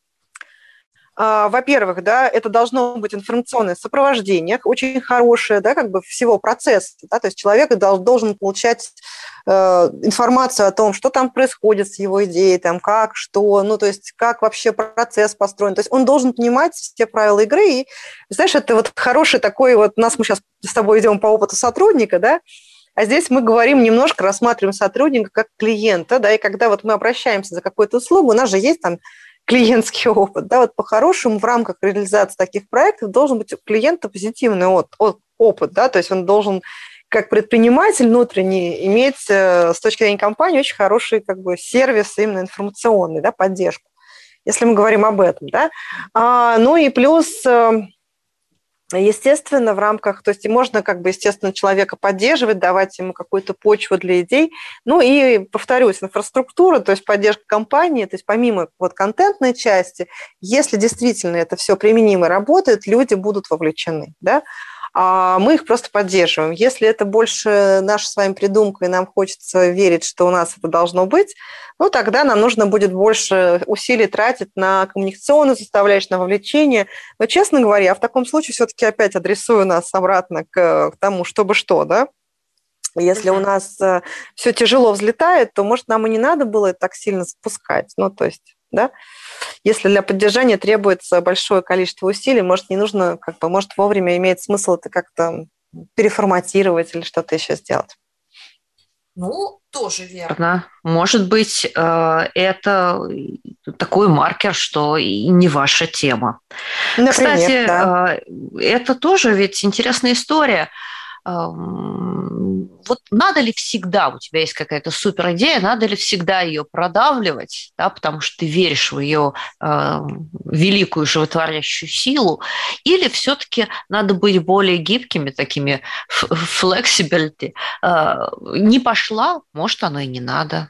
во-первых, да, это должно быть информационное сопровождение, очень хорошее, да, как бы всего процесса, да, то есть человек должен получать информацию о том, что там происходит с его идеей, там, как, что, ну, то есть как вообще процесс построен, то есть он должен понимать все правила игры, и, знаешь, это вот хороший такой вот, мы сейчас с тобой идем по опыту сотрудника, да, а здесь мы говорим, немножко рассматриваем сотрудника как клиента, да, и когда вот мы обращаемся за какую-то услугу, у нас же есть там клиентский опыт. Да, вот по-хорошему в рамках реализации таких проектов должен быть у клиента позитивный опыт, да, то есть он должен как предприниматель внутренний иметь с точки зрения компании очень хороший как бы сервис именно информационный, да, поддержку, если мы говорим об этом. Да. Ну и плюс... Естественно, в рамках, то есть можно как бы, естественно, человека поддерживать, давать ему какую-то почву для идей. Ну и, повторюсь, инфраструктура, то есть поддержка компании, то есть помимо вот контентной части, если действительно это все применимо и работает, люди будут вовлечены, да? А мы их просто поддерживаем. Если это больше наша с вами придумка, и нам хочется верить, что у нас это должно быть, ну, тогда нам нужно будет больше усилий тратить на коммуникационную составляющую, на вовлечение. Но, честно говоря, в таком случае все-таки опять адресую нас обратно к тому, чтобы что, да? Если у нас все тяжело взлетает, то, может, нам и не надо было это так сильно запускать. Ну, то есть, да? Если для поддержания требуется большое количество усилий, может, не нужно, как бы, может, вовремя имеет смысл это как-то переформатировать или что-то еще сделать. Ну, тоже верно. Может быть, это такой маркер, что и не ваша тема. Например, кстати, да. Это тоже ведь интересная история. Вот надо ли всегда, у тебя есть какая-то супер идея, надо ли всегда ее продавливать, да, потому что ты веришь в ее великую животворящую силу, или все-таки надо быть более гибкими, такими flexibility. Не пошла, может, оно и не надо.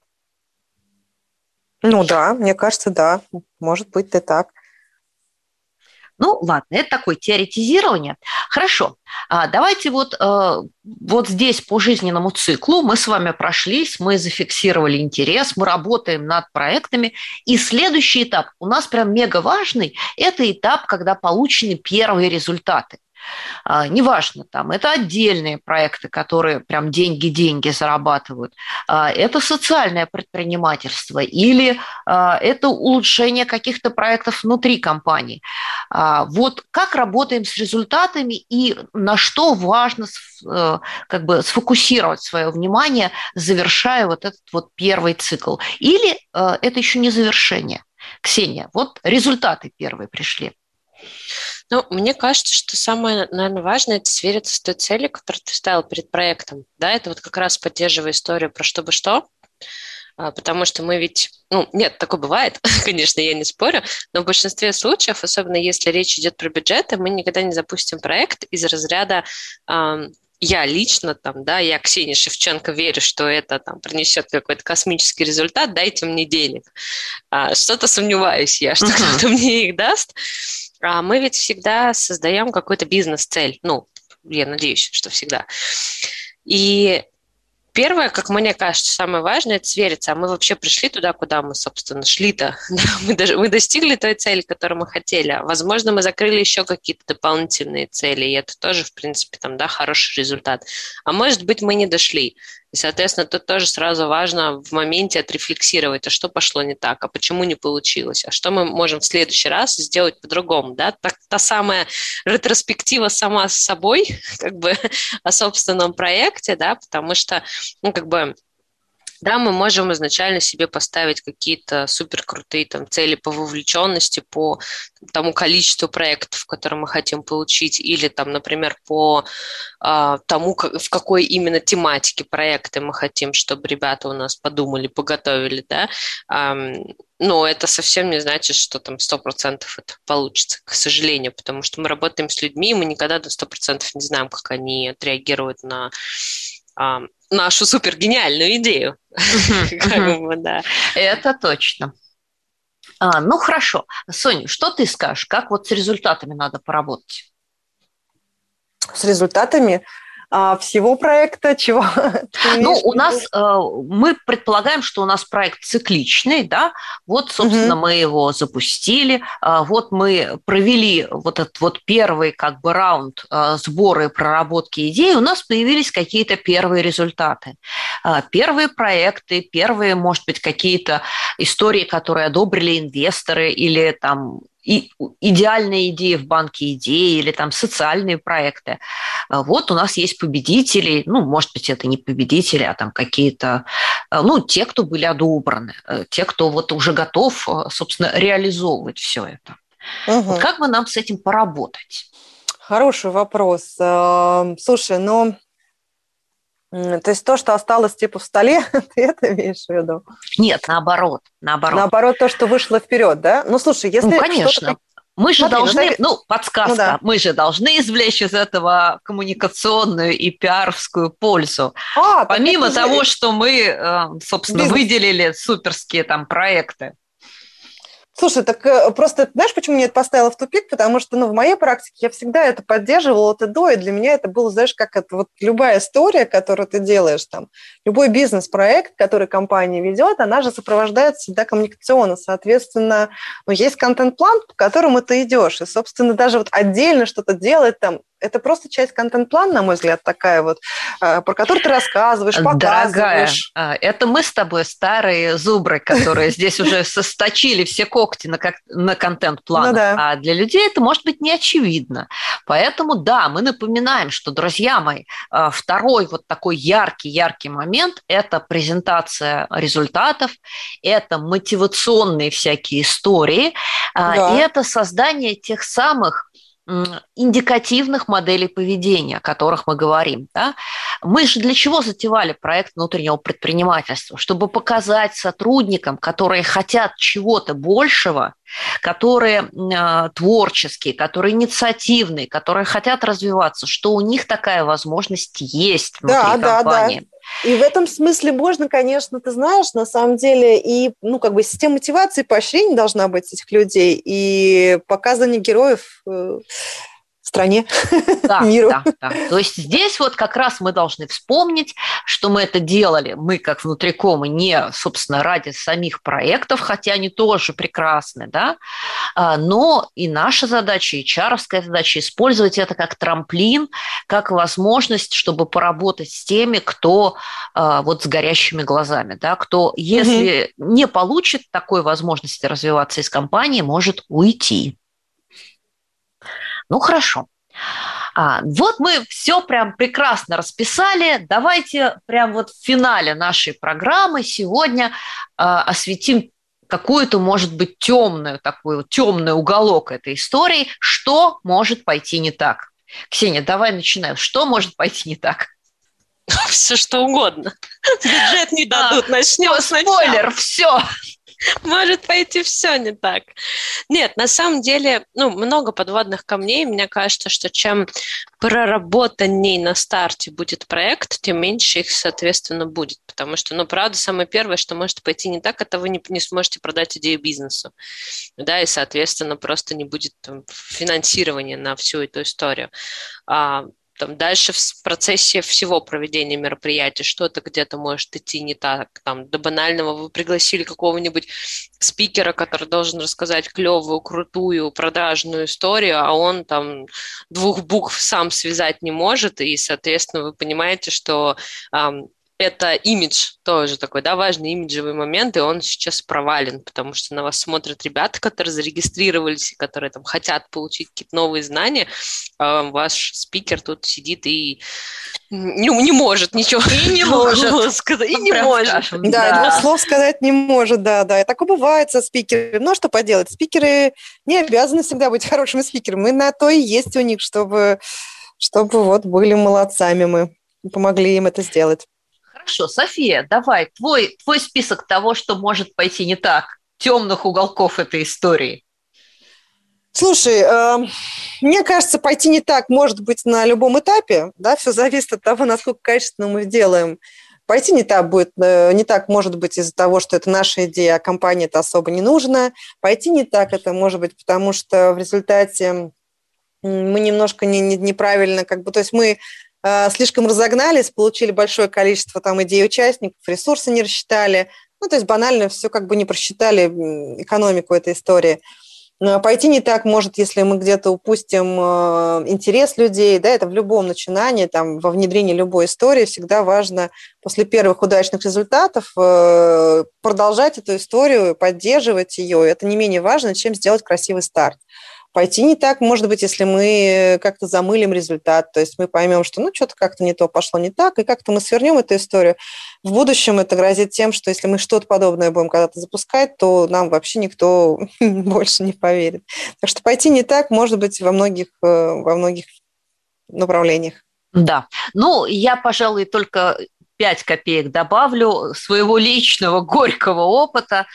Ну да, мне кажется, да, может быть, и так. Ну, ладно, это такое теоретизирование. Хорошо, давайте вот здесь по жизненному циклу мы с вами прошлись, мы зафиксировали интерес, мы работаем над проектами. И следующий этап у нас прям мега важный – это этап, когда получены первые результаты. Неважно, там, это отдельные проекты, которые прям деньги зарабатывают, это социальное предпринимательство или это улучшение каких-то проектов внутри компании. Вот как работаем с результатами и на что важно как бы сфокусировать свое внимание, завершая вот этот вот первый цикл. Или это еще не завершение. Ксения, вот результаты первые пришли. Ну, мне кажется, что самое, наверное, важное – это свериться с той целью, которую ты ставил перед проектом. Да, это вот как раз поддерживая историю про чтобы что, потому что мы ведь… Ну, нет, такое бывает, конечно, я не спорю, но в большинстве случаев, особенно если речь идет про бюджеты, мы никогда не запустим проект из разряда… Я лично, там, да, я Ксения Шевченко верю, что это там принесет какой-то космический результат, дайте мне денег. Что-то сомневаюсь я, что кто-то мне их даст. Мы ведь всегда создаем какую-то бизнес-цель. Ну, я надеюсь, что всегда. И первое, как мне кажется, самое важное, это свериться. А мы вообще пришли туда, куда мы, собственно, шли-то. Мы достигли той цели, которую мы хотели. Возможно, мы закрыли еще какие-то дополнительные цели, и это тоже, в принципе, там, да, хороший результат. А может быть, мы не дошли. И, соответственно, тут тоже сразу важно в моменте отрефлексировать, а что пошло не так, а почему не получилось, а что мы можем в следующий раз сделать по-другому, да? Та самая ретроспектива сама с собой, как бы о собственном проекте, да, потому что, ну, как бы, да, мы можем изначально себе поставить какие-то суперкрутые там цели по вовлеченности, по тому количеству проектов, которые мы хотим получить, или там, например, по тому, в какой именно тематике проекта мы хотим, чтобы ребята у нас подумали, поготовили, да. Но это совсем не значит, что там 100% это получится, к сожалению, потому что мы работаем с людьми, и мы никогда до 100% не знаем, как они отреагируют на нашу супергениальную идею. Это точно. Ну, хорошо. Соня, что ты скажешь? Как вот с результатами надо поработать? С результатами всего проекта, чего? Ну, у нас, мы предполагаем, что у нас проект цикличный, да, вот, собственно, мы его запустили, вот мы провели вот этот вот первый как бы раунд сбора и проработки идей, у нас появились какие-то первые результаты, первые проекты, первые, может быть, какие-то истории, которые одобрили инвесторы или там и идеальные идеи в банке идей или там социальные проекты. Вот у нас есть победители, ну, может быть, это не победители, а там какие-то, ну, те, кто были одобраны, те, кто вот уже готов, собственно, реализовывать все это. Вот как бы нам с этим поработать? Хороший вопрос. Слушай, ну, то есть то, что осталось типа в столе, ты это имеешь в виду? Нет, наоборот. Наоборот, то, что вышло вперед, да? Ну, слушай, если... Ну, конечно. Мы же должны, подсказка, ну, да. Мы же должны извлечь из этого коммуникационную и пиаровскую пользу. Помимо того, что мы, собственно, выделили суперские там проекты. Слушай, так просто, знаешь, почему меня это поставило в тупик? Потому что, в моей практике я всегда это поддерживала от и до, и для меня это было, знаешь, как это вот любая история, которую ты делаешь, там, любой бизнес-проект, который компания ведет, она же сопровождается всегда коммуникационно, соответственно, есть контент-план, по которому ты идешь, и, собственно, даже вот отдельно что-то делать там, это просто часть контент-плана, на мой взгляд, такая вот, про которую ты рассказываешь, показываешь. Дорогая, это мы с тобой старые зубры, которые здесь уже состочили все когти на контент-план. Ну, да. А для людей это может быть не очевидно. Поэтому, да, мы напоминаем, что, друзья мои, второй вот такой яркий момент – это презентация результатов, это мотивационные всякие истории, да. И это создание тех самых индикативных моделей поведения, о которых мы говорим. Да? Мы же для чего затевали проект внутреннего предпринимательства? Чтобы показать сотрудникам, которые хотят чего-то большего, которые творческие, которые инициативные, которые хотят развиваться, что у них такая возможность есть внутри компании. Да. И в этом смысле можно, конечно, ты знаешь, на самом деле, и, система мотивации и поощрения должна быть этих людей, и показывание героев стране, миру. Да. То есть здесь вот как раз мы должны вспомнить, что мы это делали, мы как внутрикомы, не, собственно, ради самих проектов, хотя они тоже прекрасны, да, но и наша задача, HR-овская задача, использовать это как трамплин, как возможность, чтобы поработать с теми, кто вот с горящими глазами, да, кто, если не получит такой возможности развиваться из компании, может уйти. Ну, хорошо. Вот мы все прям прекрасно расписали. Давайте прям вот в финале нашей программы сегодня осветим какую-то, может быть, темный уголок этой истории. Что может пойти не так? Ксения, давай начинаем. Что может пойти не так? Все что угодно. Бюджет не дадут. Начнем сначала. Спойлер, все. Может пойти все не так. Нет, на самом деле, много подводных камней. Мне кажется, что чем проработанней на старте будет проект, тем меньше их, соответственно, будет. Потому что, правда, самое первое, что может пойти не так, это вы не сможете продать идею бизнесу. Да, и, соответственно, просто не будет финансирования на всю эту историю. там дальше в процессе всего проведения мероприятия что-то где-то может идти не так. Там, до банального вы пригласили какого-нибудь спикера, который должен рассказать клевую, крутую, продажную историю, а он там 2 букв сам связать не может, и, соответственно, вы понимаете, что это имидж тоже такой, да, важный имиджевый момент, и он сейчас провален, потому что на вас смотрят ребята, которые зарегистрировались, и которые там хотят получить какие-то новые знания, а ваш спикер тут сидит и не может ничего сказать. И не может. Да, 2 слов сказать не может, да. И такое бывает со спикерами. Ну, что поделать, спикеры не обязаны всегда быть хорошими спикерами. Мы на то и есть у них, чтобы вот были молодцами мы, помогли им это сделать. Хорошо, София, давай, твой список того, что может пойти не так, темных уголков этой истории. Слушай, мне кажется, пойти не так может быть на любом этапе, да, все зависит от того, насколько качественно мы делаем. Пойти не так может быть из-за того, что это наша идея, а компании это особо не нужно. Пойти не так это может быть, потому что в результате мы немножко неправильно, то есть мы слишком разогнались, получили большое количество там идей участников, ресурсы не рассчитали, то есть банально все не просчитали экономику этой истории. Пойти не так может, если мы где-то упустим интерес людей, да, это в любом начинании, там, во внедрении любой истории всегда важно после первых удачных результатов продолжать эту историю, поддерживать ее, это не менее важно, чем сделать красивый старт. Пойти не так, может быть, если мы как-то замылим результат, то есть мы поймем, что что-то как-то не то пошло не так, и как-то мы свернем эту историю. В будущем это грозит тем, что если мы что-то подобное будем когда-то запускать, то нам вообще никто больше не поверит. Так что пойти не так может быть во многих направлениях. Да. Я, пожалуй, только 5 копеек добавлю своего личного горького опыта.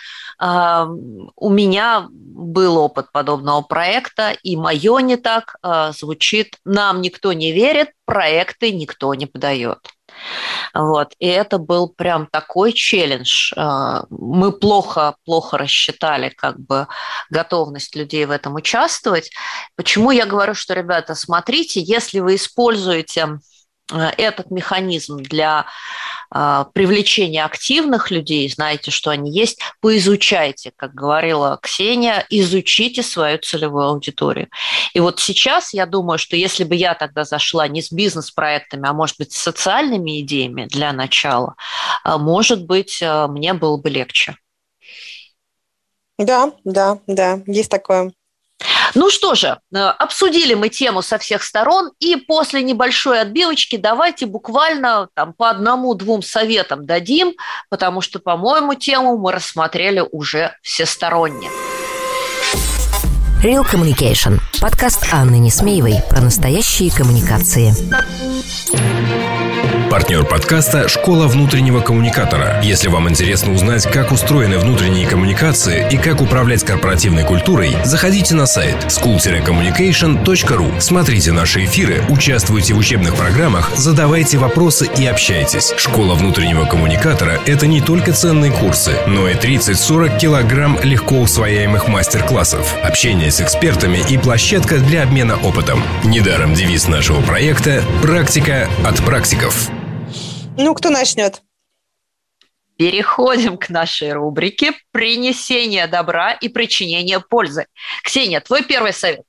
У меня был опыт подобного проекта, и мое не так звучит: нам никто не верит, проекты никто не подает. Вот. И это был прям такой челлендж. Мы плохо рассчитали готовность людей в этом участвовать. Почему я говорю, что, ребята, смотрите, если вы используете этот механизм для привлечения активных людей, знаете, что они есть, поизучайте, как говорила Ксения, изучите свою целевую аудиторию. И вот сейчас я думаю, что если бы я тогда зашла не с бизнес-проектами, а может быть с социальными идеями для начала, может быть, мне было бы легче. Да, есть такое. Что же, обсудили мы тему со всех сторон, и после небольшой отбивочки давайте буквально по 1-2 советам дадим, потому что, по-моему, тему мы рассмотрели уже всесторонне. Real Communication. Подкаст Анны Несмеевой про настоящие коммуникации. Партнер подкаста – «Школа внутреннего коммуникатора». Если вам интересно узнать, как устроены внутренние коммуникации и как управлять корпоративной культурой, заходите на сайт school-communication.ru. Смотрите наши эфиры, участвуйте в учебных программах, задавайте вопросы и общайтесь. «Школа внутреннего коммуникатора» – это не только ценные курсы, но и 30-40 килограмм легко усвояемых мастер-классов, общение с экспертами и площадка для обмена опытом. Недаром девиз нашего проекта «Практика от практиков». Кто начнет? Переходим к нашей рубрике «Принесение добра и причинение пользы». Ксения, твой первый совет.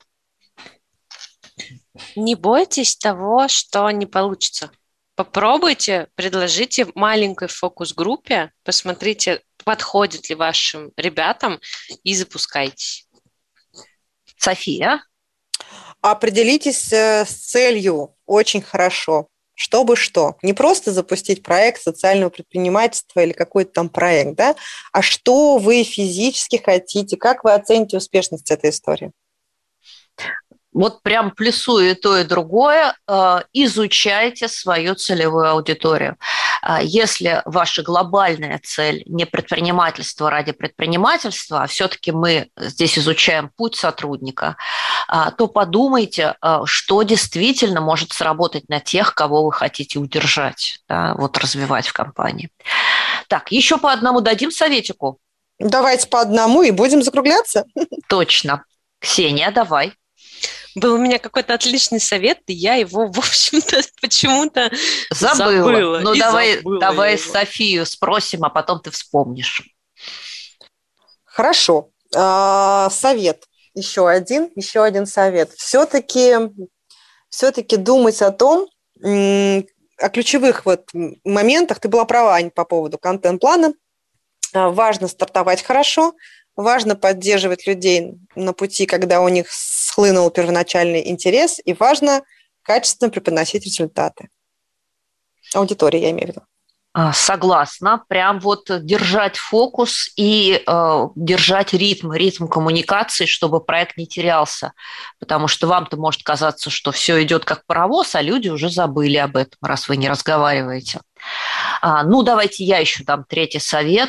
Не бойтесь того, что не получится. Попробуйте, предложите маленькой фокус-группе, посмотрите, подходит ли вашим ребятам, и запускайтесь. София? Определитесь с целью очень хорошо. Чтобы что? Не просто запустить проект социального предпринимательства или какой-то там проект, да? А что вы физически хотите, как вы оцените успешность этой истории? Вот прям плюсую и то, и другое. Изучайте свою целевую аудиторию. Если ваша глобальная цель не предпринимательство ради предпринимательства, а все-таки мы здесь изучаем путь сотрудника, то подумайте, что действительно может сработать на тех, кого вы хотите удержать, да, развивать в компании. Так, еще по 1 дадим советику? Давайте по 1 и будем закругляться. Точно. Ксения, давай. Был у меня какой-то отличный совет, и я его, в общем-то, почему-то забыла. Ну, давай Софию спросим, а потом ты вспомнишь. Хорошо. Совет. Еще один совет. Все-таки думать о том, о ключевых моментах. Ты была права, Ань, по поводу контент-плана. Важно стартовать хорошо, важно поддерживать людей на пути, когда у них схлынул первоначальный интерес, и важно качественно преподносить результаты. Аудитории, я имею в виду. Согласна. Прям держать фокус и держать ритм коммуникации, чтобы проект не терялся. Потому что вам-то может казаться, что все идет как паровоз, а люди уже забыли об этом, раз вы не разговариваете. Давайте я еще дам третий совет.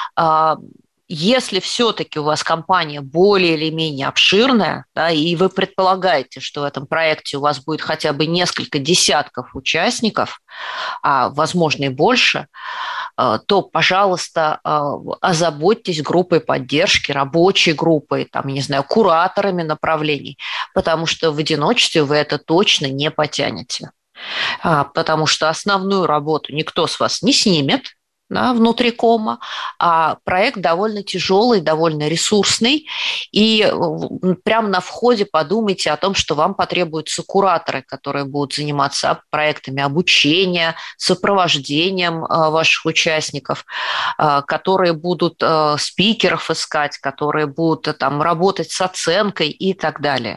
Если все-таки у вас компания более или менее обширная, да, и вы предполагаете, что в этом проекте у вас будет хотя бы несколько десятков участников, а возможно и больше, то, пожалуйста, озаботьтесь группой поддержки, рабочей группой, кураторами направлений, потому что в одиночестве вы это точно не потянете. Потому что основную работу никто с вас не снимет, внутри кома, а проект довольно тяжелый, довольно ресурсный, и прямо на входе подумайте о том, что вам потребуются кураторы, которые будут заниматься проектами обучения, сопровождением ваших участников, которые будут спикеров искать, которые будут работать с оценкой и так далее.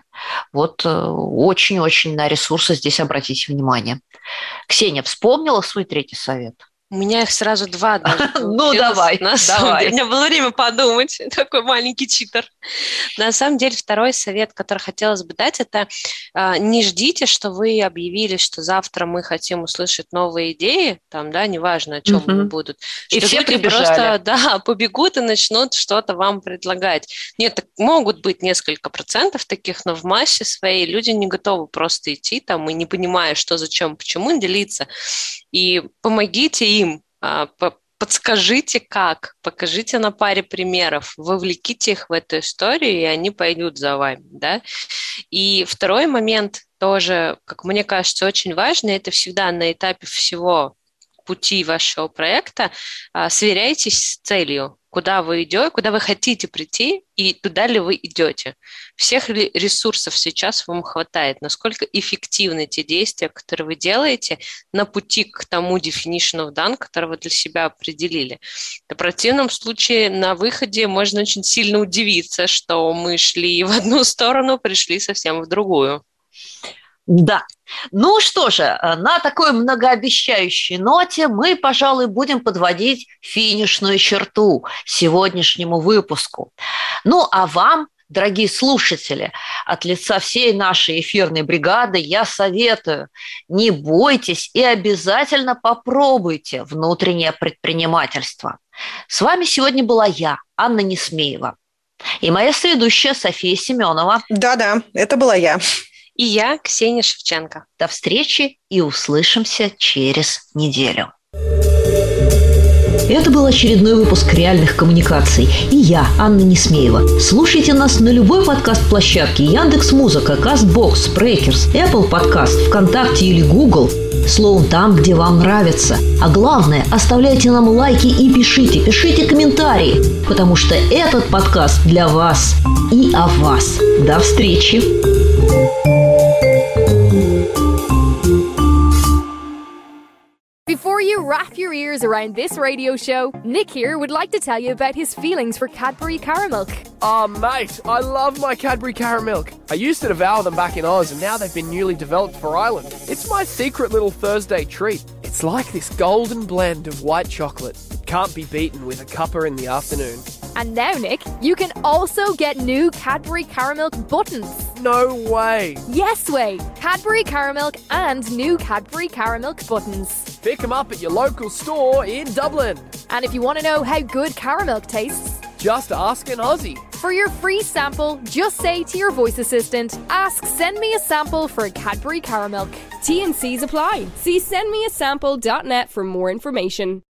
Очень-очень на ресурсы здесь обратите внимание. Ксения, вспомнила свой третий совет? У меня их сразу два. Давай. У меня было время подумать. Такой маленький читер. На самом деле, второй совет, который хотелось бы дать, это не ждите, что вы объявили, что завтра мы хотим услышать новые идеи, неважно, о чем они будут. И что все люди прибежали. просто, побегут и начнут что-то вам предлагать. Нет, могут быть несколько процентов таких, но в массе своей люди не готовы просто идти и не понимая, что, зачем, почему, делиться. И помогите им, подскажите как, покажите на паре примеров, вовлеките их в эту историю, и они пойдут за вами, да. И второй момент тоже, как мне кажется, очень важный, это всегда на этапе всего пути вашего проекта сверяйтесь с целью, куда вы идете, куда вы хотите прийти и туда ли вы идете. Всех ресурсов сейчас вам хватает, насколько эффективны те действия, которые вы делаете на пути к тому definition of done, который вы для себя определили. В противном случае на выходе можно очень сильно удивиться, что мы шли в одну сторону, пришли совсем в другую. Да. Что же, на такой многообещающей ноте мы, пожалуй, будем подводить финишную черту сегодняшнему выпуску. А вам, дорогие слушатели, от лица всей нашей эфирной бригады я советую: не бойтесь и обязательно попробуйте внутреннее предпринимательство. С вами сегодня была я, Анна Несмеева, и моя соведущая София Семенова. Да, это была я. И я, Ксения Шевченко. До встречи и услышимся через неделю. Это был очередной выпуск «Реальных коммуникаций». И я, Анна Несмеева. Слушайте нас на любой подкаст-площадке: Яндекс.Музыка, Кастбокс, Breakers, Apple Podcast, ВКонтакте или Google. Словом, там, где вам нравится. А главное, оставляйте нам лайки и пишите комментарии, потому что этот подкаст для вас и о вас. До встречи! Before you wrap your ears around this radio show, Nick here would like to tell you about his feelings for Cadbury Caramilk. Oh, mate, I love my Cadbury Caramilk. I used to devour them back in Oz, and now they've been newly developed for Ireland. It's my secret little Thursday treat. It's like this golden blend of white chocolate. It can't be beaten with a cuppa in the afternoon. And now, Nick, you can also get new Cadbury Caramilk buttons. No way. Yes way. Cadbury Caramilk and new Cadbury Caramilk buttons. Pick them up at your local store in Dublin. And if you want to know how good caramilk tastes, just ask an Aussie. For your free sample, just say to your voice assistant, ask send me a sample for Cadbury Caramilk. T&Cs apply. See sendmeasample.net for more information.